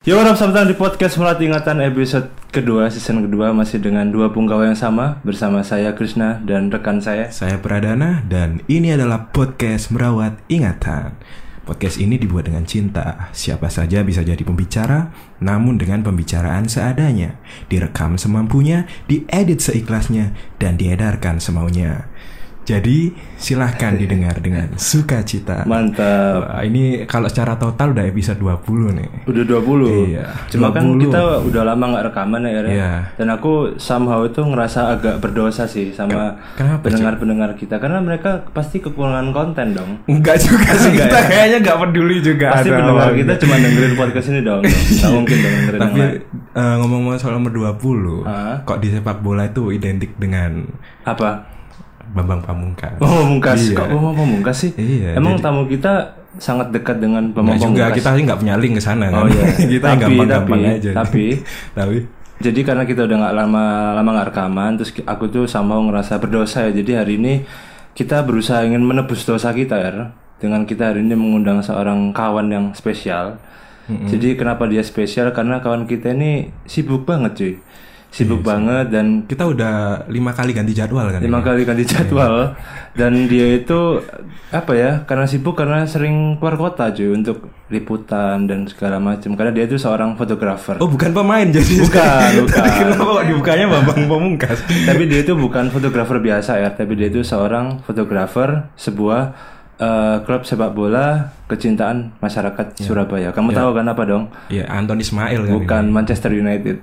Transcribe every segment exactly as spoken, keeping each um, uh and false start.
Yo, selamat datang di podcast Melatih Ingatan episode kedua, season kedua. Masih dengan dua punggawa yang sama. Bersama saya Krishna dan rekan saya Saya Pradana. Dan ini adalah podcast Merawat Ingatan. Podcast ini dibuat dengan cinta. Siapa saja bisa jadi pembicara, namun dengan pembicaraan seadanya. Direkam semampunya, diedit seikhlasnya, dan diedarkan semaunya. Jadi silahkan didengar dengan sukacita. Mantap. Wah, ini kalau secara total udah episode dua puluh nih. Udah dua puluh. Iya. Cuma kan dua puluh. kita udah lama gak rekaman ya, ya. Iya. Dan aku somehow itu ngerasa agak berdosa sih sama Kenapa, pendengar-pendengar kita, karena mereka pasti kekurangan konten dong. Enggak juga sih, Enggak kita ya? kayaknya enggak peduli juga. Pasti ada pendengar awalnya. kita cuma dengerin podcast ini dong. Gak mungkin dong dengerin Tapi yang lain. uh, ngomong-ngomong soal nomor dua puluh, Hah? kok di sepak bola itu identik dengan Apa? Bambang Pamungkas. Oh, Pamungkas. Iya. Kok Bambang Pamungkas sih? Iya, Emang jadi- tamu kita sangat dekat dengan Bambang Enggak juga, Pamungkas. kita sih enggak punya link ke sana kan. Oh iya. Kita Tapi- gampang-gampang tapi- aja. tapi tapi Jadi karena kita udah nggak lama lama nggak rekaman, terus aku tuh somehow ngerasa berdosa ya. Jadi hari ini kita berusaha ingin menebus dosa kita ya, dengan kita hari ini mengundang seorang kawan yang spesial. Mm-mm. Jadi kenapa dia spesial? Karena kawan kita ini sibuk banget cuy, sibuk banget dan kita udah lima kali ganti jadwal kan. lima ini? kali ganti jadwal. Dan dia itu apa ya? Karena sibuk, karena sering keluar kota cuy untuk liputan dan segala macam. Karena dia itu seorang fotografer. Oh, bukan pemain jadi. Bukan, bukan. Kenapa kok dibukanya Bambang Pamungkas? Tapi dia itu bukan fotografer biasa ya, tapi dia itu seorang fotografer sebuah uh, klub sepak bola kecintaan masyarakat Surabaya. Kamu tahu kan apa dong? Iya, Anton Ismail kan. Bukan ini. Manchester United.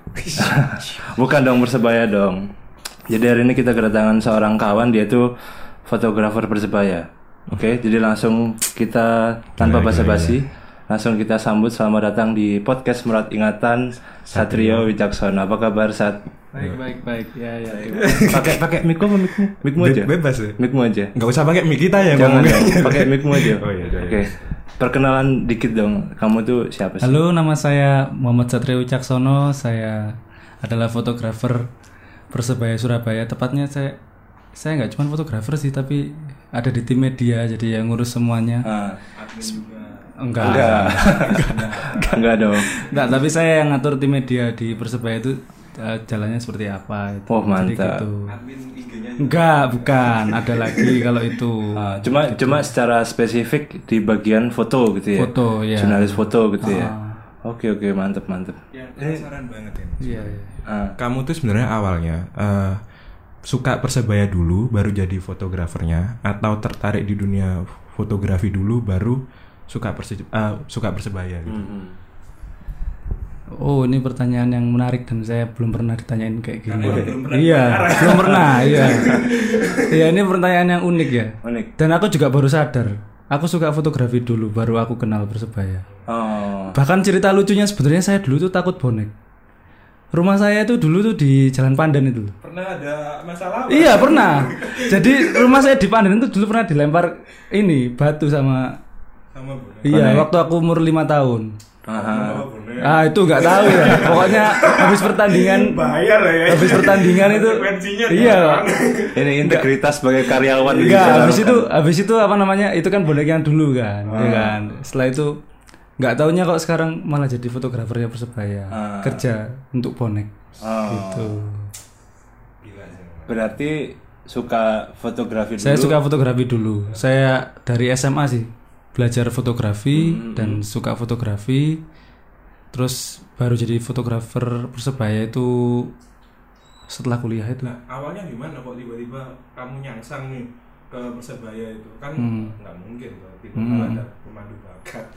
Bukan dong, Persebaya dong. Jadi hari ini kita kedatangan seorang kawan, dia itu fotografer Persebaya. Oke, jadi langsung kita tanpa Gila, basa-basi langsung kita sambut. Selamat datang di podcast Merawat Ingatan Satrio Wicaksono. Apa kabar, Sat? Baik, baik, baik. Ya, ya. Pakai pakai mic apa micmu? Micmu Be- aja. bebas ya. Micmu aja. Enggak usah pakai mic kita ya Jangan ngomongnya. dong, pakai micmu aja. Oh iya, iya. Oke. Perkenalan dikit dong. Kamu tuh siapa sih? Halo, nama saya Muhammad Satrio Wicaksono. Saya adalah fotografer Persebaya Surabaya. Tepatnya saya saya nggak cuma fotografer sih, tapi ada di tim media, jadi yang ngurus semuanya. Ah, Enggak. enggak. Enggak dong. Enggak, tapi saya yang ngatur tim media di Persebaya itu eh, jalannya seperti apa itu. Oh, Jadi mantap. gitu. Enggak, bukan. Ada lagi kalau itu. Ah, cuma cuma secara spesifik di bagian foto gitu ya. Foto, ya. Jurnalis foto gitu ya. Ah. Oke oke, mantap mantap. Ya, penasaran banget ini. Iya, iya. Ah, Kamu tuh sebenarnya awalnya eh, suka Persebaya dulu baru jadi fotografernya, atau tertarik di dunia fotografi dulu baru suka perse- eh, suka Persebaya gitu. hmm. Oh, ini pertanyaan yang menarik dan saya belum pernah ditanyain kayak gini. Karena belum pernah Iya, belum pernah. Iya, iya ini pertanyaan yang unik ya. Unik. Dan aku juga baru sadar, aku suka fotografi dulu, baru aku kenal Persebaya. Oh. Bahkan cerita lucunya sebenarnya saya dulu tuh takut bonek. Rumah saya itu dulu tuh di Jalan Pandan itu. Pernah ada masalah? Iya pernah. Jadi rumah saya di Pandan itu dulu pernah dilempar ini batu sama. Sama bonek. Iya, Bonek. waktu aku umur lima tahun. Aha. Ah itu nggak tahu ya. Pokoknya habis pertandingan. Bayar lah ya. Habis pertandingan itu. Konsekuensinya Iya. Ini integritas sebagai karyawan di Enggak, Jalan habis Pan. itu habis itu apa namanya? Itu kan bonek yang dulu kan, ya kan. Setelah itu nggak taunya kok sekarang malah jadi fotografernya Persebaya. Ah. Kerja untuk bonek. Oh. Gitu. Berarti suka fotografi dulu. Saya suka fotografi dulu. Saya dari S M A sih belajar fotografi dan suka fotografi. Terus baru jadi fotografer Persebaya itu setelah kuliah itu. Nah, awalnya gimana kok tiba-tiba kamu nyangsang nih ke Persebaya itu? Kan Hmm. nggak mungkin kalau tiba Hmm. ada pemandu bakat.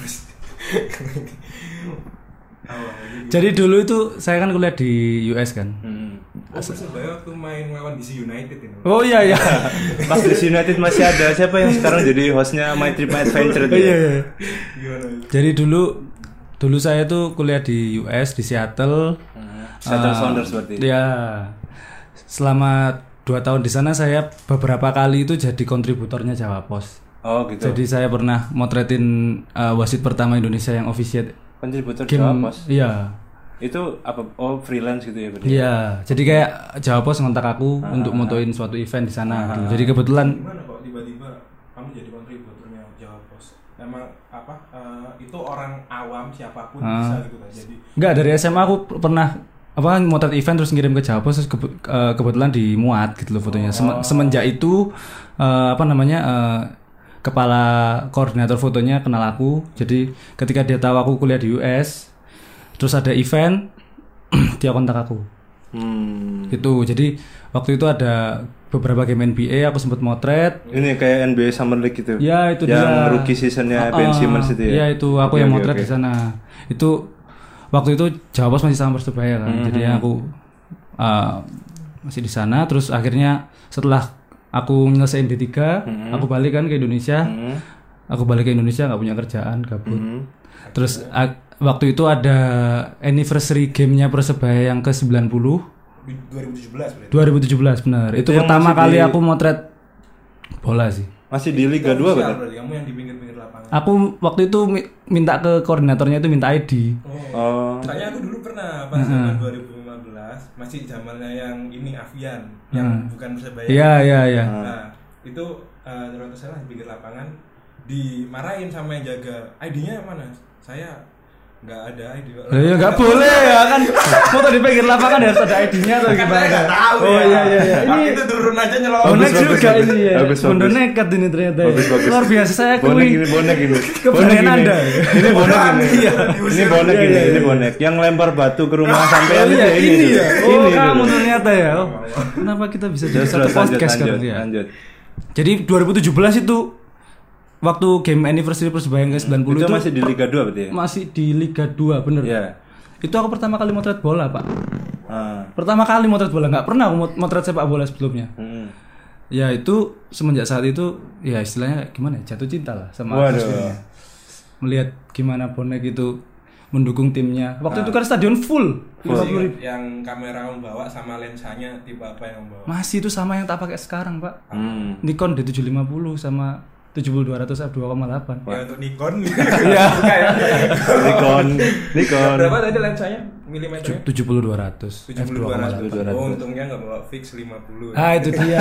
Awalnya gitu. Jadi dulu itu saya kan kuliah di U S kan. Hmm. Oh, Persebaya waktu main lawan D C United ini. Oh iya iya. Pas di United masih ada siapa yang sekarang jadi hostnya My Trip Adventure itu? Iya ya? iya. Gimana? Jadi dulu dulu saya tuh kuliah di U S di Seattle. Hmm. Seattle Ah, Sounders berarti. Ya. Selama dua tahun di sana saya beberapa kali itu jadi kontributornya Jawa Pos. Oh gitu. Jadi saya pernah motretin uh, wasit pertama Indonesia yang officiate Kontributor game. Jawa Pos. Iya. Itu apa? Oh freelance gitu ya berarti? Iya. Jadi kayak Jawa Pos ngontak aku untuk motoin suatu event di sana. gitu. Jadi kebetulan Gimana kok tiba-tiba kamu jadi kontributornya Jawa Pos? emang apa uh, itu orang awam siapapun Ah. bisa gitu kan. Jadi Enggak, dari S M A aku pernah apa motret event terus ngirim ke Jawa terus kebe- eh, kebetulan dimuat gitu loh fotonya. Sem- semenjak itu eh, apa namanya eh, kepala koordinator fotonya kenal aku. Jadi ketika dia tahu aku kuliah di U S terus ada event dia kontak aku. Hmm. Gitu. Jadi waktu itu ada beberapa game N B A aku sempat motret. Ini kayak N B A Summer League gitu. Ya itu yang dia. rookie seasonnya Ah, Ben ah. Simmons itu ya. Iya itu aku Oke, yang oke, motret oke. di sana. Itu waktu itu Jawa Pos masih sama Persebaya kan. Mhm. Jadi aku uh, masih di sana terus akhirnya setelah aku nyelesain D tiga, Mhm. aku balik kan ke Indonesia. Hmm. Aku balik ke Indonesia nggak punya kerjaan, gabut. Hmm. Terus a- waktu itu ada anniversary game-nya Persebaya yang ke sembilan puluh dua ribu tujuh belas berarti. dua ribu tujuh belas benar. Itu, Itu yang pertama masih kali di- aku motret bola sih. Masih di Liga Itu dua official kan? berarti kamu yang di pinggir-pinggir lapangan. Aku waktu itu mi- minta ke koordinatornya itu minta I D. Oh. Soalnya aku dulu pernah pas zaman dua ribu lima belas masih zamannya yang ini Avian yang bukan Persebaya. Iya iya iya. Nah, itu uh, terus saya di pinggir lapangan dimarahin sama yang jaga. I D-nya yang mana? Saya nggak ada I D. Lah ya nggak boleh ya kan. Foto di pinggir lapangan harus ada I D-nya atau Kan saya gimana? nggak tahu Oh ya. iya iya iya. Waktu Ini itu turun aja nyelom. Bagus, bonek bagus, juga bagus. ini ya. Bagus, bagus. Bonek nekat ini ternyata. ya. Bagus, bagus. Luar biasa saya Bonek akui. ini, bonek ini. Keberanian Bonek ini. Anda. Ini bonek ini. Iya. Ini bonek ini, ini bonek. Yang lempar batu ke rumah sampai Oh iya ini ya. Oh Ini kamu dulu. ternyata ya. Oh, kenapa kita bisa jadi Terus satu terus lanjut, podcast lanjut, sekarang ya? lanjut. Jadi dua ribu tujuh belas itu waktu game anniversary Persebaya yang ke sembilan puluh Itu itu masih di Liga dua berarti ya? masih di Liga dua bener. Iya. Itu aku pertama kali motret bola, Pak. Ah. Pertama kali motret bola, nggak pernah aku mot- motret sepak bola sebelumnya. Hmm. Ya itu semenjak saat itu ya istilahnya gimana ya, jatuh cinta lah sama Waduh. atmosfernya. Melihat gimana bonek itu mendukung timnya. Waktu itu kan stadion full. lima puluh ribu. Yang kamera kamu bawa sama lensanya tipe apa yang kamu bawa? Masih itu sama yang tak pakai sekarang, Pak. Hmm. Nikon D tujuh lima nol sama tujuh puluh dua ratus f dua koma delapan. Ya untuk Nikon. Iya. Nikon, Nikon. Berapa tadi lensanya? Milimeternya? tujuh puluh dua ratus f tujuh puluh dua koma dua delapan. ratus. Oh, untungnya nggak bawa fix lima puluh. Ah, itu dia.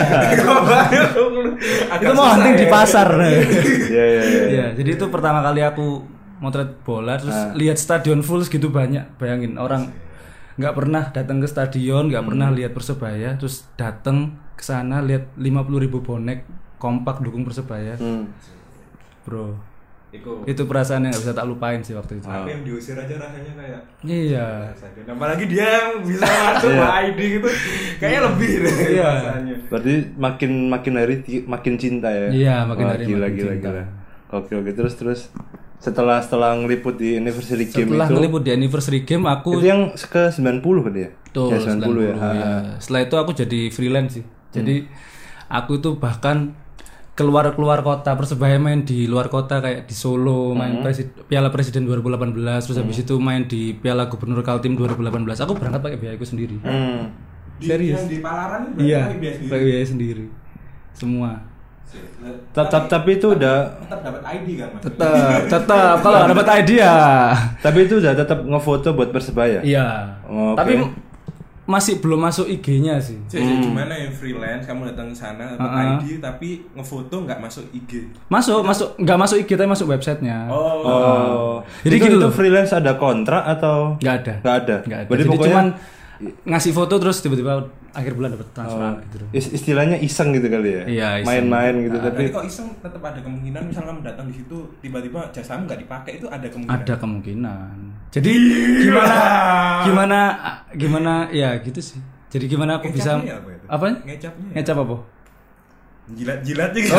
Agak Itu mau susah hunting di ya. pasar. Iya, iya, iya. Iya, jadi itu pertama kali aku motret bola terus lihat stadion full segitu banyak. Bayangin orang nggak pernah datang ke stadion, nggak pernah lihat Persebaya, terus datang ke sana lihat lima puluh ribu bonek kompak dukung Persebaya. Hmm. Bro, Iku. itu perasaan yang nggak bisa tak lupain sih waktu itu. Tapi yang diusir aja rasanya kayak Iya. apalagi dia yang bisa masuk Iya. I D gitu kayaknya lebih deh Iya. rasanya. Berarti makin makin hari ti- makin cinta ya. Iya, makin Wah, hari gila, makin gila, cinta. gila. Oke, oke. Terus terus setelah setelah ngeliput di anniversary game Setelah itu, ngeliput di anniversary game aku itu yang ke sembilan puluh kan ya? Tuh, Ya, sembilan puluh ya. sembilan puluh, Ah, ya. Setelah itu aku jadi freelance sih. Jadi aku tuh bahkan keluar-keluar kota, Persebaya main di luar kota kayak di Solo, main presi- Piala Presiden dua ribu delapan belas, terus habis itu main di Piala Gubernur Kaltim dua ribu delapan belas. Aku berangkat pakai biayaku sendiri. Hmm. Di, Serius? yang di Palaran itu Iya, berarti biasa pakai biaya sendiri. Semua. Ta- ta- Tapi itu udah tetap dapat I D kan mas? Tetap, tetap kalau dapat idea. tapi itu udah tetap ngefoto buat Persebaya. Iya. Oke. Tapi m- masih belum masuk I G-nya sih. Jadi gimana yang freelance kamu datang ke sana dapat Uh-uh. I D tapi ngefoto nggak masuk I G. Masuk, masuk nggak masuk I G tapi masuk websitenya. Oh. Oh. Jadi itu, gitu itu loh. freelance ada kontrak atau Nggak ada. Nggak ada. Nggak ada. Berarti Jadi pokoknya cuman ngasih foto terus tiba-tiba akhir bulan dapat transferan gitu. is- istilahnya iseng gitu kali ya. Iya, iseng. Main-main gitu Nah, tapi tapi kok iseng tetap ada kemungkinan misal kamu datang di situ tiba-tiba jasamu nggak dipakai itu ada kemungkinan. Ada kemungkinan. Jadi gimana gimana gimana ya gitu sih. Jadi gimana aku bisa Ngecapnya apa itu? apa? Ngecapnya ya? Ngecap apa? Jilat-jilat gitu.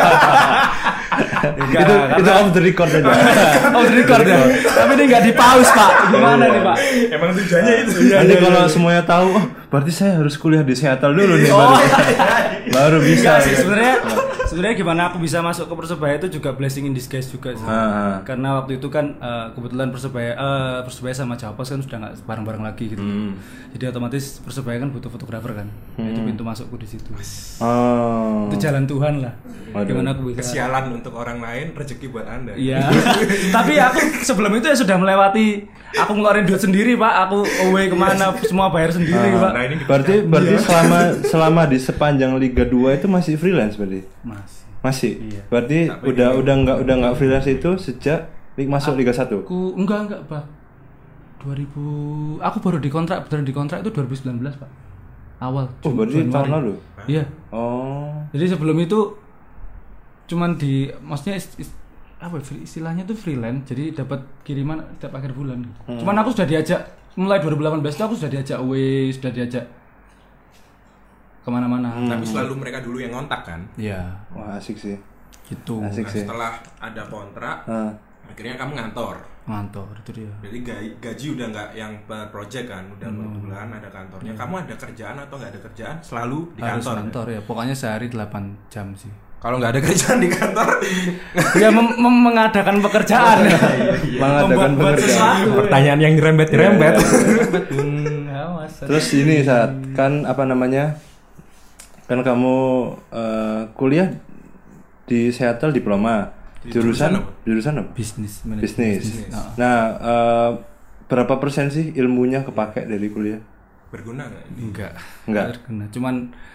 itu itu off the record aja. Oh, di record ya. Tapi ini nggak di pause, Pak. Gimana nih, Pak? Emang tujuannya itu. Nanti kalau semuanya tahu, oh berarti saya harus kuliah di Seattle dulu nih baru, baru bisa. Enggak sih sebenarnya sebenarnya gimana aku bisa masuk ke Persebaya itu juga blessing in disguise juga sih. Ah, ah. Karena waktu itu kan eh, kebetulan Persebaya eh, Persebaya sama Jawa Pos kan sudah nggak bareng-bareng lagi gitu. Hmm. Jadi otomatis Persebaya kan butuh fotografer kan. Itu pintu masukku di situ. Oh. Itu jalan Tuhan lah. Waduh. Gimana aku bisa? Kesialan untuk orang lain, rezeki buat Anda. Iya. Tapi aku sebelum itu ya sudah melewati. Aku ngeluarin duit sendiri, Pak. Aku away kemana semua bayar sendiri, Pak. Nah, ini Berarti berarti selama selama di sepanjang Liga dua itu masih freelance berarti. Masih. Masih. Iya. Berarti Sampai udah ini. udah nggak udah nggak freelance itu sejak Lig masuk Liga satu. Aku enggak enggak Pak. dua ribu aku baru dikontrak beneran dikontrak itu dua ribu sembilan belas Pak. Awal. Oh, Ju- berarti Januari. tahun lalu. Iya. Oh. Jadi sebelum itu cuman di maksudnya ist- ist- apa ya, istilahnya tuh freelance. Jadi dapat kiriman setiap akhir bulan. Hmm. Cuman aku sudah diajak mulai dua ribu delapan belas itu aku sudah diajak away, sudah diajak kemana-mana. Hmm. Tapi selalu mereka dulu yang ngontak kan. Iya. Wah, asik sih. Gitu. Asik Nah, sih. setelah ada kontrak, Ah. akhirnya kamu ngantor. Ngantor itu dia. Jadi gaji, gaji udah nggak yang per project kan, udah per Hmm. bulan ada kantornya. Kamu ada kerjaan atau nggak ada kerjaan, selalu di Harus kantor. kantor ya. Pokoknya sehari delapan jam sih. Kalau nggak ada kerjaan di kantor, Ya mem- mem- mengadakan pekerjaan. Mengadakan Membuat pekerjaan. sesuatu. pertanyaan yang nyerempet-nyerempet. Hmm, awas. Terus ini saat kan apa namanya? Kan kamu eh, kuliah di Seattle diploma. Di Jurusan jurusan apa? jurusan apa? bisnis manajemen Bisnis. Nah, Nah, eh, berapa persen sih ilmunya kepake dari kuliah? Berguna nggak ini? enggak Enggak. terkena. Cuman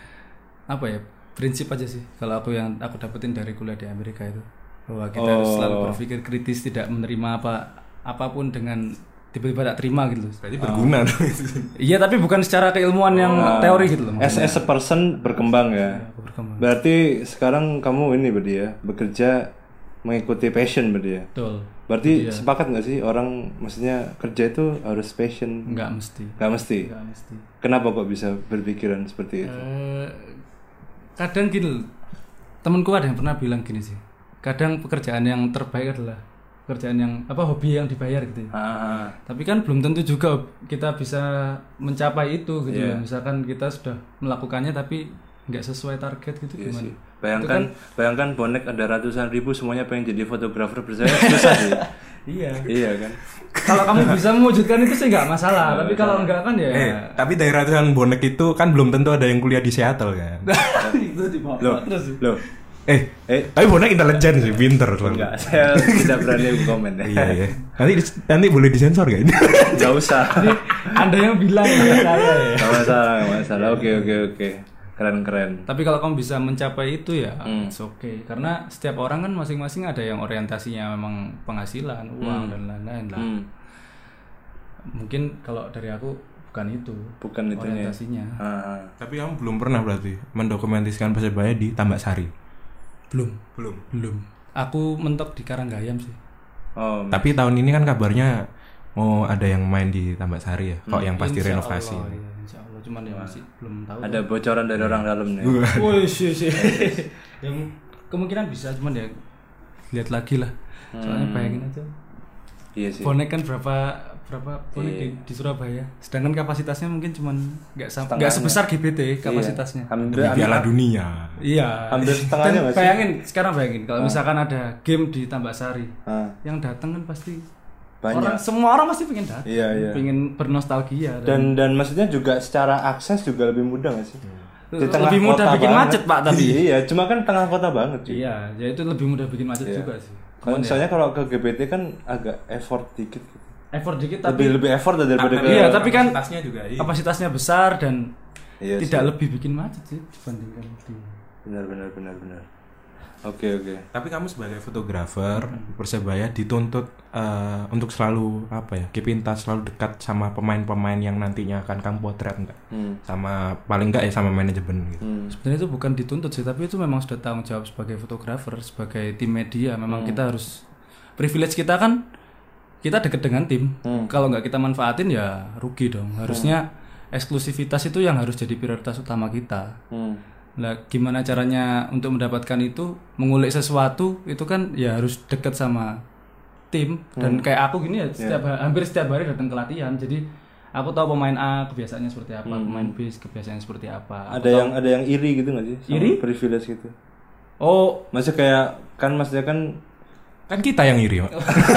apa ya, prinsip aja sih kalau aku yang aku dapetin dari kuliah di Amerika itu, bahwa kita harus Oh. selalu berpikir kritis, tidak menerima apa apapun dengan tiba-tiba tak terima gitu loh. Berarti berguna dong itu. Iya, tapi bukan secara keilmuan yang Ah. teori gitu loh. As, as a person berkembang ya. Aku berkembang. Berarti sekarang kamu ini berarti ya bekerja mengikuti passion berarti ya. Betul. Berarti Iya. sepakat nggak sih orang maksudnya kerja itu harus passion? Enggak mesti. Nggak mesti. Enggak mesti. Kenapa kok bisa berpikiran seperti itu? Eh, kadang gini loh, temanku ada yang pernah bilang gini sih, kadang pekerjaan yang terbaik adalah pekerjaan yang apa hobi yang dibayar gitu ya. Ah, Tapi kan belum tentu juga kita bisa mencapai itu gitu Iya. ya. Misalkan kita sudah melakukannya tapi nggak sesuai target gitu iya gimana? sih. Bayangkan, bayangkan bonek ada ratusan ribu semuanya pengen jadi fotografer berjaya susah sih. Iya. Iya kan. Kalau kamu bisa mewujudkan itu sih nggak masalah. Tapi kalau enggak kan ya. Eh, tapi dari ratusan bonek itu kan belum tentu ada yang kuliah di Seattle kan. itu dibawa Loh, terus. loh. Eh, Eh, tapi bonek intelijen sih, pinter soalnya. enggak, saya tidak berani komen ya. Iya, iya. Nanti nanti boleh disensor gak ini? Enggak usah. Anda yang bilang ya saya ya. Enggak masalah, enggak masalah. Oke, oke, oke. Keren-keren. Tapi kalau kamu bisa mencapai itu ya, Hmm. it's okay. Karena setiap orang kan masing-masing ada yang orientasinya memang penghasilan, uang dan lain-lain lah. Hmm. Mungkin kalau dari aku bukan itu, Bukan itunya. orientasinya. Ah. Tapi kamu belum pernah berarti mendokumentasikan Persebaya di Tambak Sari. Belum, Belum. belum. Aku mentok di Karanggayam sih. Oh, Tapi tahun ini kan kabarnya mau ada yang main di Tambak Sari ya, kok yang pasti Insya renovasi. Allah, iya, insya Allah. Cuman ya masih belum tahu. ada bocoran dari orang dalam nih. Woi, sih sih. Yang kemungkinan bisa, cuman ya lihat lagi lah. Soalnya bayangin aja. Iya sih. Bonek kan berapa berapa bonek Iya. di, di Surabaya. Sedangkan kapasitasnya mungkin cuman nggak sam- Setengahnya. nggak sebesar G B T kapasitasnya. Iya. Hampir, Di Piala hampir, Dunia. Iya. Hampir setengahnya Dan nggak sih? bayangin sekarang bayangin kalau misalkan ada game di Tambak Sari, Ah, yang datang kan pasti banyak. orang semua orang pasti pengen datang. Iya, iya. Pengen bernostalgia Dan dan maksudnya juga secara akses juga lebih mudah nggak sih? Di tengah lebih mudah kota bikin banget. macet, Pak, tapi. Iya, cuma kan tengah kota banget sih. Iya, ya itu lebih mudah bikin macet Iya. juga sih. Kalau Cuman ya, misalnya kalau ke G B T kan agak effort dikit gitu. effort dikit tapi Lebih lebih effort daripada ke Iya, tapi kan kapasitasnya juga iya. kapasitasnya besar dan Iya tidak sih. lebih bikin macet sih dibandingkan di Benar benar benar benar. Oke, oke. Tapi kamu sebagai fotografer Persebaya dituntut eh, untuk selalu apa ya, keep in touch, selalu dekat sama pemain-pemain yang nantinya akan kamu potret enggak? Hmm. Sama paling enggak ya sama manajemen gitu. Hmm. Sebenarnya itu bukan dituntut sih, tapi itu memang sudah tanggung jawab sebagai fotografer, sebagai tim media. Memang kita harus privilege kita kan kita deket dengan tim. Hmm. Kalau nggak kita manfaatin ya rugi dong. Harusnya eksklusivitas itu yang harus jadi prioritas utama kita. Hmm. Nah, gimana caranya untuk mendapatkan itu? Mengulik sesuatu itu kan ya harus deket sama tim. Dan kayak aku gini ya, setiap ha- hampir setiap hari datang ke latihan. Jadi aku tahu pemain A kebiasaannya seperti apa, pemain B kebiasaannya seperti apa. Aku Ada tahu- yang ada yang iri gitu nggak sih? Sama Iri? Privilege gitu. Oh, Maksudnya kayak kan maksudnya kan Kan kita yang iri, Pak.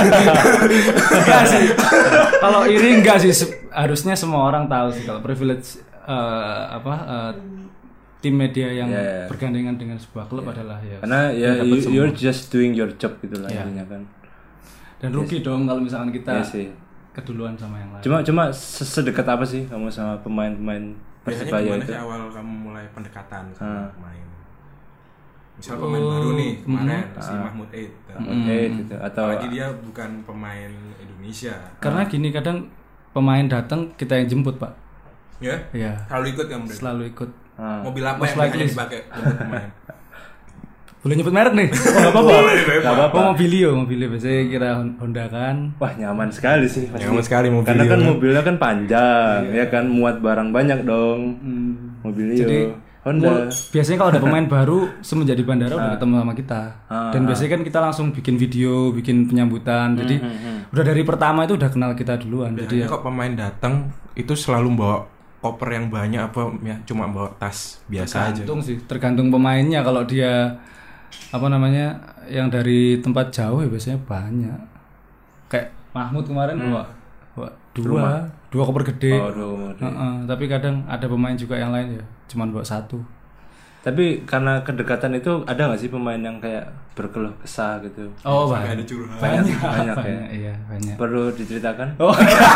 enggak sih. Kalau iri enggak sih. Se- Harusnya semua orang tahu sih kalau privilege eh, apa eh, tim media yang Yeah. bergandengan dengan sebuah klub adalah ya. karena ya dapat you, semua. you're just doing your job gitu lah Iya. intinya kan. Dan rugi dong kalau misalkan kita Iya sih. keduluan sama yang lain. Cuma cuma se- sedekat apa sih kamu sama pemain-pemain Biasanya Persebaya gimana itu? sih awal kamu mulai pendekatan sama Ah. pemain? Misal pemain oh, baru nih kemarin mm, si Mahmud Eid. Mahmud Eid gitu atau apalagi dia bukan pemain Indonesia. Karena gini kadang pemain datang kita yang jemput, Pak. Ya? Iya. Selalu ikut kan berarti? Selalu ikut. Hmm. Mobil apa Most yang hanya dipakai jemput pemain? Boleh nyebut merek nih? Oh, enggak apa-apa. Enggak apa-apa. Oh, Mobilio, Mobilio biasanya kira Honda kan. Wah, nyaman sekali sih. Pasti. Nyaman sekali Mobilio. Karena kan mobilnya kan panjang, iya. ya kan muat barang banyak dong. Hmm. Mobilio. Jadi Honda. Biasanya kalau ada pemain baru semenjak di bandara udah ketemu sama kita. Ah. Dan biasanya kan kita langsung bikin video, bikin penyambutan. Jadi hmm, hmm. udah dari pertama itu udah kenal kita duluan. Jadi ya kok pemain datang itu selalu bawa koper yang banyak apa ya cuma bawa tas biasa aja. Tergantung sih, tergantung pemainnya. Kalau dia apa namanya yang dari tempat jauh ya biasanya banyak. Kayak Mahmud kemarin hmm. bawa bawa dua, Rumah. dua koper gede. Oh, dua koper gede. Uh-uh. Tapi kadang ada pemain juga yang lain ya cuman bawa satu. Tapi karena kedekatan itu ada nggak sih pemain yang kayak berkeluh kesah gitu? Oh banyak. Ada curhat. Banyak, banyak, banyak ya. Iya banyak. Perlu diceritakan? Oh.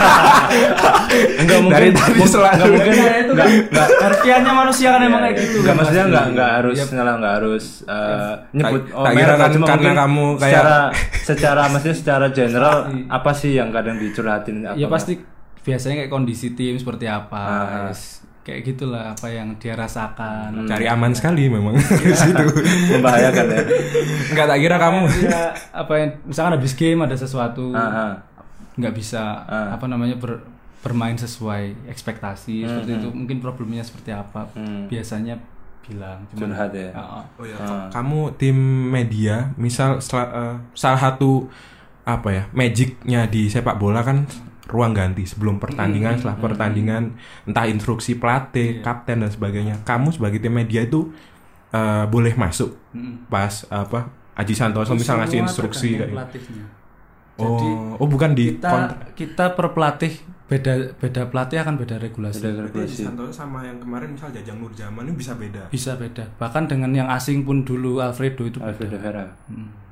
Enggak mungkin. Dari tadi selalu. Enggak mungkin. Enggak. Enggak. Harfiahnya manusia kan emang kayak gitu. Enggak maksudnya enggak enggak harus ngalah enggak harus uh, nyebut. Oh, kira kan cuma karena kamu kayak secara secara maksudnya secara general apa sih yang kadang dicurhatin? Ya pasti biasanya kayak kondisi tim seperti apa. Kayak gitulah apa yang dia rasakan. Hmm. Cari aman sekali memang di situ. Membahayakan ya. Enggak tak kira kamu. Ya, apa yang misalkan habis game ada sesuatu nggak bisa Aha. apa namanya ber, bermain sesuai ekspektasi hmm, seperti hmm. itu. Mungkin problemnya seperti apa. Hmm. Biasanya bilang curhat ya. Uh, oh ya. Uh. Kamu tim media, misal uh, salah satu apa ya magicnya di sepak bola kan ruang ganti sebelum pertandingan, mm-hmm. setelah pertandingan, entah instruksi pelatih, yeah. kapten dan sebagainya. Kamu sebagai tim media itu uh, boleh masuk mm-hmm. pas apa Aji Santoso misal ngasih instruksi kayak pelatihnya. Oh, jadi oh bukan di kita kontra. Kita per pelatih beda beda pelatih akan beda regulasi. Beda regulasi. Aji Santoso sama yang kemarin misal Jajang Nurjaman ini bisa beda. Bisa beda. Bahkan dengan yang asing pun dulu Alfredo itu Alfredo Vera. Hmm.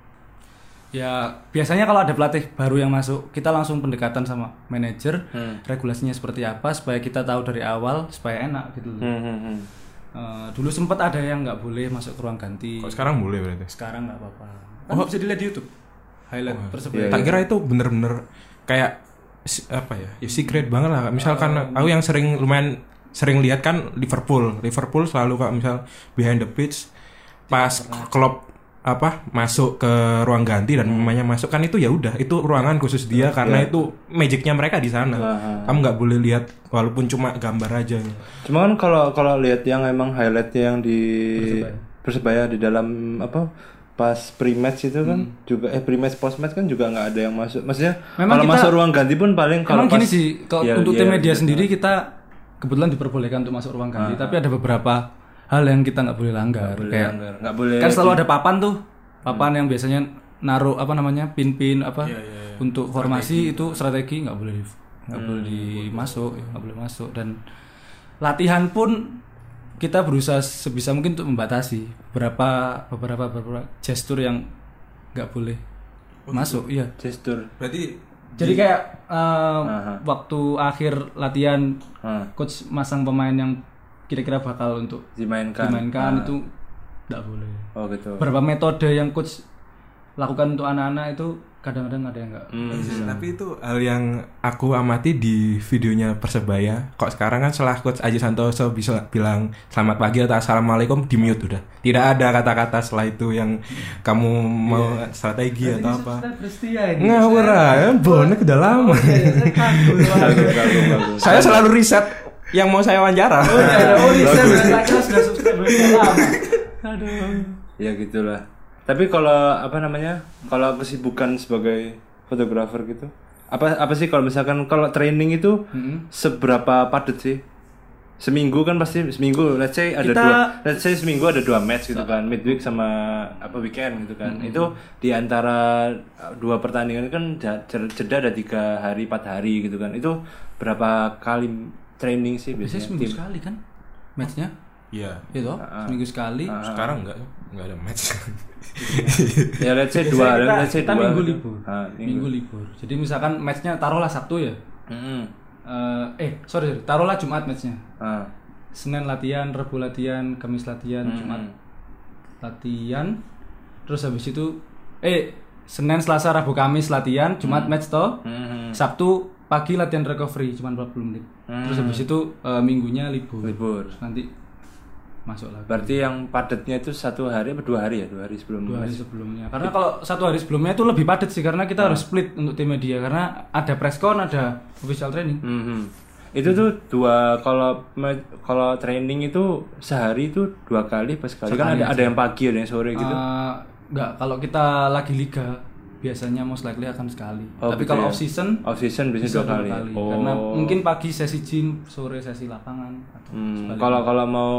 Ya biasanya kalau ada pelatih baru yang masuk kita langsung pendekatan sama manajer hmm. regulasinya seperti apa supaya kita tahu dari awal supaya enak gitu. Hmm, hmm, hmm. Uh, dulu sempat ada yang nggak boleh masuk ke ruang ganti. Kok sekarang boleh berarti? Sekarang nggak apa-apa. Kan oh bisa dilihat di YouTube. Highlight oh, Persebaya. Iya, tak kira itu bener-bener kayak apa ya? Ya secret banget lah. Misalkan um, aku yang sering lumayan sering lihat kan Liverpool. Liverpool selalu kok misal behind the pitch pas klub apa masuk ke ruang ganti dan pemainnya hmm. masuk kan itu ya udah itu ruangan khusus dia hmm. karena yeah. itu magicnya mereka di sana. Hmm. Kamu nggak boleh lihat walaupun cuma gambar aja. Cuma kan kalau kalau lihat yang emang highlightnya yang di Persebaya, Persebaya di dalam apa pas pre-match itu kan hmm. juga eh pre-match post-match kan juga nggak ada yang masuk. Maksudnya kalau masuk ruang ganti pun paling kalau pas, gini sih kalau ya, untuk ya, tim media ya, sendiri ya. Kita kebetulan diperbolehkan untuk masuk ruang ganti, ah. tapi ada beberapa hal yang kita nggak boleh langgar. Gak kayak langgar. Gak boleh kan selalu ada papan tuh papan hmm. yang biasanya naruh apa namanya pin-pin apa yeah, yeah, yeah. untuk formasi strategi. Itu strategi nggak boleh nggak hmm. boleh dimasuk nggak boleh masuk dan latihan pun kita berusaha sebisa mungkin untuk membatasi beberapa beberapa beberapa gestur yang nggak boleh oh, masuk gitu. Iya gestur berarti jadi kayak uh, waktu akhir latihan uh. coach masang pemain yang kira-kira bakal untuk dimainkan, dimainkan ah. itu tidak boleh. Oh gitu. Beberapa metode yang coach lakukan untuk anak-anak itu kadang-kadang ada yang enggak. Hmm. Tapi itu hal yang aku amati di videonya Persebaya. Kok sekarang kan setelah coach Aji Santoso bisa bilang selamat pagi atau assalamualaikum di mute udah. Tidak ada kata-kata setelah itu yang kamu mau yeah. strategi atau apa. Ngawur ya, bonek udah lama. Saya selalu riset yang mau saya wawancara. Oh iya, oh riset saya kira sudah subscribe lama. Aduh. Ya gitulah. Tapi kalau apa namanya? Kalau kesibukan sebagai fotografer gitu. Apa apa sih kalau misalkan kalau training itu mm-hmm. seberapa padat sih? Seminggu kan pasti seminggu let's say ada Kita, dua let's say seminggu ada dua match gitu kan, midweek sama apa weekend gitu kan. Mm-hmm. Itu di antara dua pertandingan kan jeda ada tiga hari, empat hari gitu kan. Itu berapa kali training sih biasanya? Biasanya seminggu tim. Sekali kan matchnya? Iya. Itu uh, seminggu sekali. Uh, Sekarang enggak, enggak ada match. Ya let's say dua, kita, let's say kita dua. Minggu libur. Uh, minggu. minggu libur. Jadi misalkan matchnya taruhlah Sabtu ya. Mm-hmm. Uh, eh sorry, sorry taruhlah Jumat matchnya. Uh. Senin latihan, Rabu latihan, Kamis latihan, mm-hmm. Jumat latihan, terus habis itu eh Senin, Selasa, Rabu, Kamis latihan, Jumat hmm. match toh. Hmm. Sabtu pagi latihan recovery cuma empat puluh menit. Hmm. Terus habis itu uh, minggunya libur. Libur. Terus nanti masuk lagi. Berarti yang padatnya itu satu hari atau dua hari ya? Dua hari sebelum Dua hari sebelumnya. Karena kalau satu hari sebelumnya itu lebih padat sih karena kita nah. harus split untuk tim media karena ada press con, ada official training. Mm-hmm. Itu tuh dua kalau kalau training itu sehari itu dua kali pas kali kan ada ada yang pagi ada yang sore gitu. Uh, enggak, kalau kita lagi liga biasanya most likely akan sekali. Oh, tapi kalau ya? off season off season bisa dua kali. kali. Oh. Karena mungkin pagi sesi gym, sore sesi lapangan atau hmm, kalau kalau mau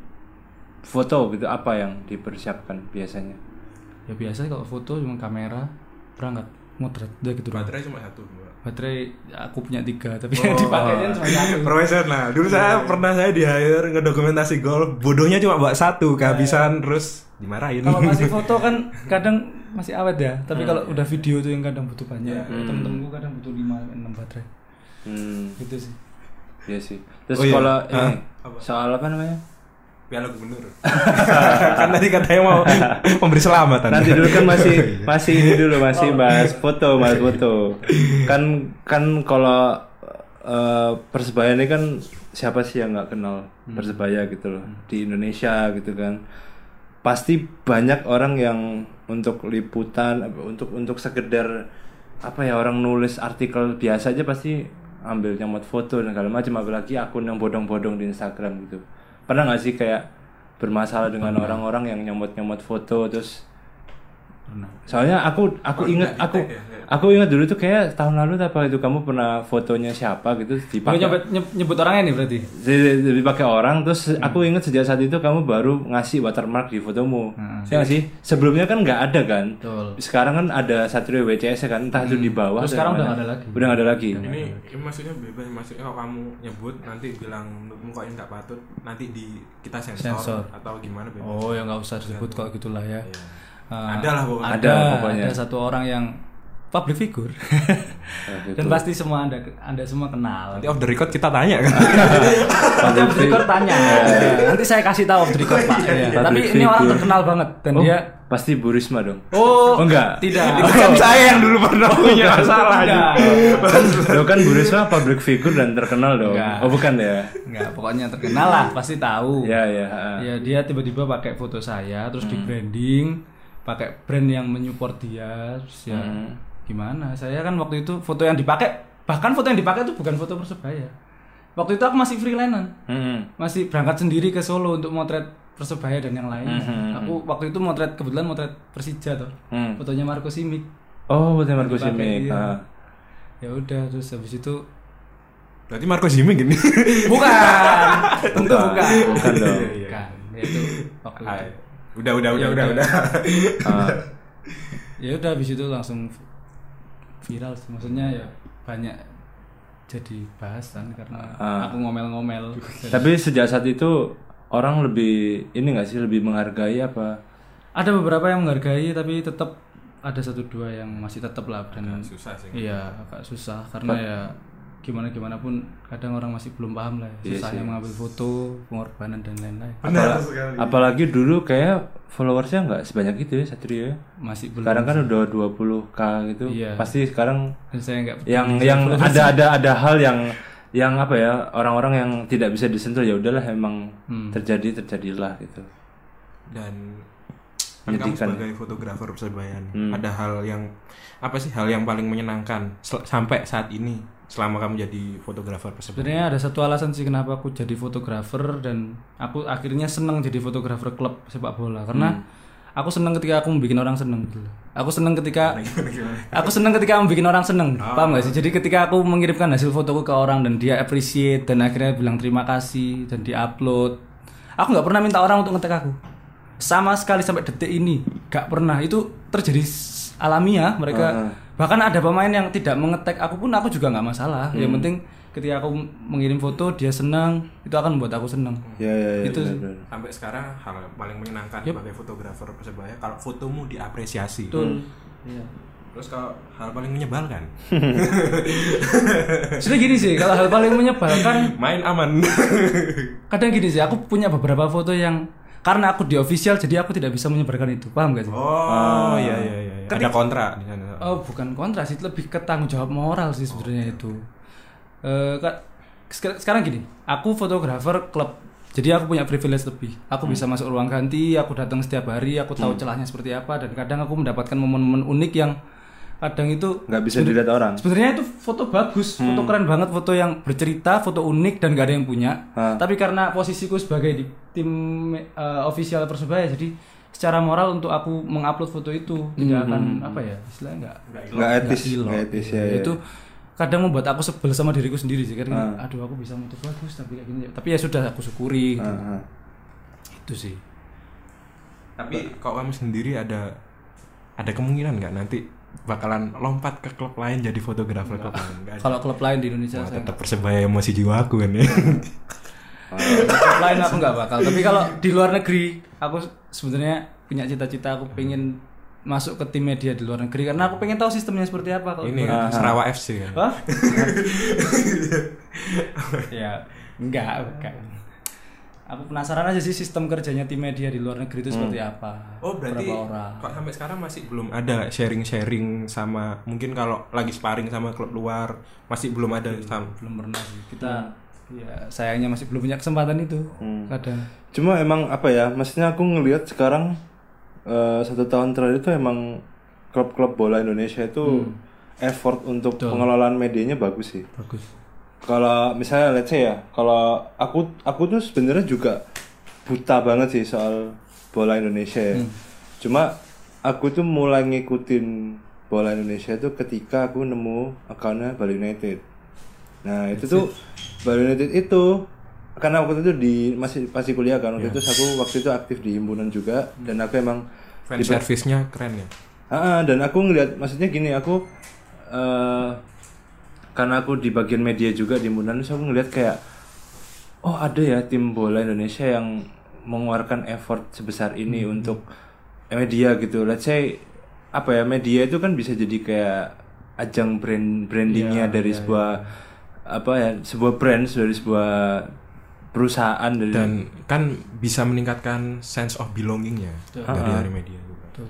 foto gitu apa yang dipersiapkan biasanya? Ya biasa kalau foto cuma kamera, berangkat, motret, udah gitu. Baterai cuma satu. Baterai aku punya tiga, tapi oh, yang dipakainya cuma satu. Profesional. Dulu yeah. saya pernah saya di hire ngedokumentasi golf, bodohnya cuma bawa satu, kehabisan yeah. terus dimarahin. Kalau masih foto kan kadang masih awet ya, tapi hmm. kalau udah video tuh yang kadang butuh banyak. Hmm. Temen-temenku kadang butuh lima enam baterai. Hmm. Gitu sih. Iya sih. Terus oh, kalau iya. ini apa? Soal apa namanya? Piala Gubernur. Kan tadi katanya mau memberi selamatan. Nanti dulu kan masih masih ini dulu masih bahas foto, bahas foto. Kan kan kalau uh, Persebaya ini kan siapa sih yang nggak kenal Persebaya gitu loh di Indonesia gitu kan. Pasti banyak orang yang untuk liputan untuk untuk sekedar apa ya orang nulis artikel biasa aja pasti ambil nyamot foto dan segala macam, apalagi akun yang bodong-bodong di Instagram gitu. Pernah nggak sih kayak bermasalah dengan pernah. Orang-orang yang nyamot-nyamot foto terus pernah. Soalnya aku aku oh, ingat aku ya, ya. aku ingat dulu tuh kayak tahun lalu apa itu kamu pernah fotonya siapa gitu dipakai nyebut, nyebut orangnya nih berarti dipakai orang terus hmm. aku ingat sejak saat itu kamu baru ngasih watermark di fotomu. Hmm. Ya sih sebelumnya kan nggak ada kan. Betul. Sekarang kan ada Satrio W C S kan entah hmm. itu di bawah terus sekarang udah nggak ada lagi udah nggak ada lagi ini, ini maksudnya bebas maksudnya kalau kamu nyebut nanti bilang menurutmu kok ini nggak patut nanti di kita sensor, sensor. Atau gimana bebas. Oh ya nggak usah disebut kalau gitulah ya. Yeah. Uh, ada lah pokoknya. Ada, pokoknya. Ada satu orang yang public figure dan pasti semua anda anda semua kenal. Nanti off the record kita tanya kan. Nanti off the record tanya. Nanti saya kasih tahu off the record Pak. Ya. Tapi ini orang terkenal banget dan oh, dia pasti Bu Risma dong. Oh, oh enggak. Tidak. Itu kan saya yang dulu pernah punya masalah. Lo kan Bu Risma public figure dan terkenal dong. Enggak. Oh bukan ya? Enggak, pokoknya terkenal lah, pasti tahu. Ya ya. Ya dia tiba-tiba pakai foto saya terus hmm. di branding. Pakai brand yang menyupport dia terus ya hmm. gimana saya kan waktu itu foto yang dipakai bahkan foto yang dipakai itu bukan foto Persebaya waktu itu aku masih freelance hmm. masih berangkat sendiri ke Solo untuk motret Persebaya dan yang lain hmm. aku waktu itu motret kebetulan motret Persija tuh hmm. fotonya Marco Simic oh fotonya Marco Simic ah. Ya udah terus habis itu berarti Marco Simic gini bukan tentu bukan bukan dong bukan ya itu waktu itu udah udah udah ya, udah udah, udah. uh, ya udah habis itu langsung viral sih. Maksudnya ya banyak jadi bahasan karena uh, aku ngomel-ngomel. Tapi sejak saat itu orang lebih ini nggak sih lebih menghargai apa? Ada beberapa yang menghargai tapi tetap ada satu dua yang masih tetap lah dan agak susah sih. Iya agak susah karena ya gimana gimana pun kadang orang masih belum paham lah ya, susahnya yes, mengambil foto, pengorbanan dan lain-lain. Apal- apalagi dulu kayak followersnya nggak sebanyak itu ya Satrio. Masih belum. Sekarang kan udah dua puluh ribu gitu. Iya. Pasti sekarang saya gak yang yang ada ada ada hal yang yang apa ya orang-orang yang tidak bisa disentuh ya udahlah emang hmm. terjadi terjadilah gitu. Dan kan kamu sebagai fotografer Persebaya hmm. ada hal yang apa sih hal yang paling menyenangkan sel- sampai saat ini selama kamu jadi fotografer Persebaya? Sebenarnya ada satu alasan sih kenapa aku jadi fotografer dan aku akhirnya senang jadi fotografer klub sepak bola karena hmm. aku senang ketika aku membuat orang senang gitu. Aku senang ketika aku senang ketika membuat orang senang. Oh. Paham gak sih? Jadi ketika aku mengirimkan hasil fotoku ke orang dan dia appreciate dan akhirnya bilang terima kasih dan di-upload. Aku nggak pernah minta orang untuk nge-tag aku. Sama sekali sampai detik ini nggak pernah. Itu terjadi alamiah mereka. Uh-huh. Bahkan ada pemain yang tidak mengetek aku pun aku juga nggak masalah. Hmm. Yang penting ketika aku mengirim foto dia senang itu akan membuat aku senang. Ya, ya, ya, itu benar, benar. Sampai sekarang hal paling menyenangkan yep. sebagai fotografer Persebaya kalau fotomu diapresiasi. Betul. Hmm. Ya. Terus kalau hal paling menyebalkan? Sudah gini sih kalau hal paling menyebalkan main aman. Kadang gini sih aku punya beberapa foto yang karena aku di official jadi aku tidak bisa menyebarkan itu, paham gak sih? Oh, iya iya iya. Ada kontra di sana. Oh, bukan kontra sih, lebih ke tanggung jawab moral sih sebenarnya itu. Eh, Kak, sekarang gini, aku fotografer klub. Jadi aku punya privilege lebih. Aku hmm. bisa masuk ruang ganti, aku datang setiap hari, aku tahu hmm. celahnya seperti apa dan kadang aku mendapatkan momen-momen unik yang kadang itu nggak bisa dilihat orang. Sebenarnya itu foto bagus, hmm. foto keren banget, foto yang bercerita, foto unik dan gak ada yang punya. Ha. Tapi karena posisiku sebagai di tim uh, official Persebaya, jadi secara moral untuk aku mengupload foto itu hmm. tidak akan apa ya, istilahnya nggak nggak etis, nggak etis ya, ya. Itu kadang membuat aku sebel sama diriku sendiri sih, karena uh. aduh aku bisa moto bagus tapi kayak gini. Tapi ya sudah aku syukuri. Gitu. Uh, uh. Itu sih. Tapi kok kamu sendiri ada ada kemungkinan nggak nanti bakalan lompat ke klub lain jadi fotografer klub lain? Kalau klub lain di Indonesia, saya tetap Persebaya yang masih jiwaku kan ya. Klub lain aku nggak bakal. Tapi kalau di luar negeri, aku sebenarnya punya cita-cita aku pengen masuk ke tim media di luar negeri karena aku pengen tahu sistemnya seperti apa. Kalau ini ya, Sarawak F C kan? Hah? Ya, enggak, bukan. Aku penasaran aja sih sistem kerjanya tim media di luar negeri itu hmm. seperti apa. Oh, berarti kok sampai sekarang masih belum ada sharing-sharing sama, mungkin kalau lagi sparring sama klub luar masih belum ada sama. Belum pernah sih. Kita hmm. ya sayangnya masih belum punya kesempatan itu. Hmm. Kadang. Cuma emang apa ya? Maksudnya aku ngelihat sekarang Uh, satu tahun terakhir itu emang klub-klub bola Indonesia itu hmm. effort untuk Betul. pengelolaan medianya bagus sih. Bagus. Kalau misalnya let's say ya, kalau aku aku tuh sebenarnya juga buta banget sih soal bola Indonesia ya. Hmm. Cuma aku tuh mulai ngikutin bola Indonesia itu ketika aku nemu akunnya Bali United. Nah itu That's tuh it. Bali United itu karena waktu itu di masih masih kuliah kan waktu yes. itu aku waktu itu aktif di himpunan juga dan aku emang fan service-nya keren ya. Ah, dan aku ngeliat maksudnya gini aku uh, karena aku di bagian media juga di himpunan terus aku ngeliat kayak oh ada ya tim bola Indonesia yang mengeluarkan effort sebesar ini hmm. untuk media gitu. Let's say apa ya media itu kan bisa jadi kayak ajang brand brandingnya yeah, dari yeah, sebuah yeah. apa ya sebuah brand dari sebuah perusahaan dari dan kan bisa meningkatkan sense of belongingnya Betul. dari uh-huh. hari media juga. Betul.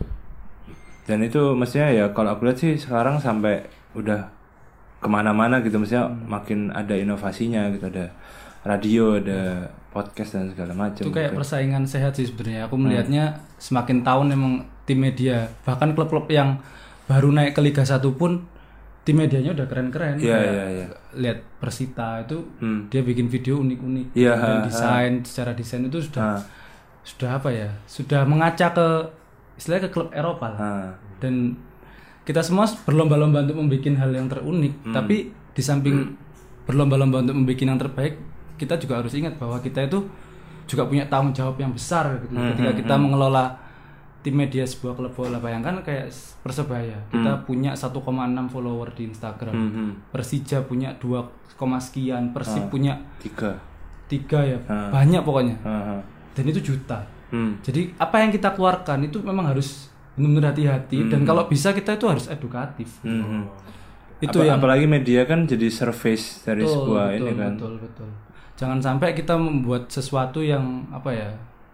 Dan itu maksudnya ya kalau aku lihat sih sekarang sampai udah kemana-mana gitu maksudnya hmm. makin ada inovasinya gitu, ada radio, ada podcast dan segala macam. Itu kayak gitu. Persaingan sehat sih sebenarnya. Aku melihatnya hmm. semakin tahun emang tim media bahkan klub-klub yang baru naik ke Liga satu pun tim medianya udah keren-keren. Iya iya iya. Lihat Persita itu hmm. dia bikin video unik-unik ya, dan ha, desain ha. secara desain itu sudah ha. sudah apa ya? Sudah mengaca ke istilahnya ke klub Eropa lah. Ha. Dan kita semua berlomba-lomba untuk membuat hal yang terunik, hmm. tapi di samping hmm. berlomba-lomba untuk membuat yang terbaik, kita juga harus ingat bahwa kita itu juga punya tanggung jawab yang besar gitu. Hmm. Ketika kita hmm. mengelola tim media sebuah klub bola, bayangkan kayak Persebaya kita hmm. punya satu koma enam follower di Instagram, hmm. Persija punya dua, sekian, Persib ah, punya tiga tiga ya ah. banyak pokoknya ah. dan itu juta. hmm. Jadi apa yang kita keluarkan itu memang harus benar-benar hati-hati hmm. dan kalau bisa kita itu harus edukatif. hmm. Itu Apa, yang apalagi media kan jadi service dari betul, sebuah betul, ini kan betul betul jangan sampai kita membuat sesuatu yang apa ya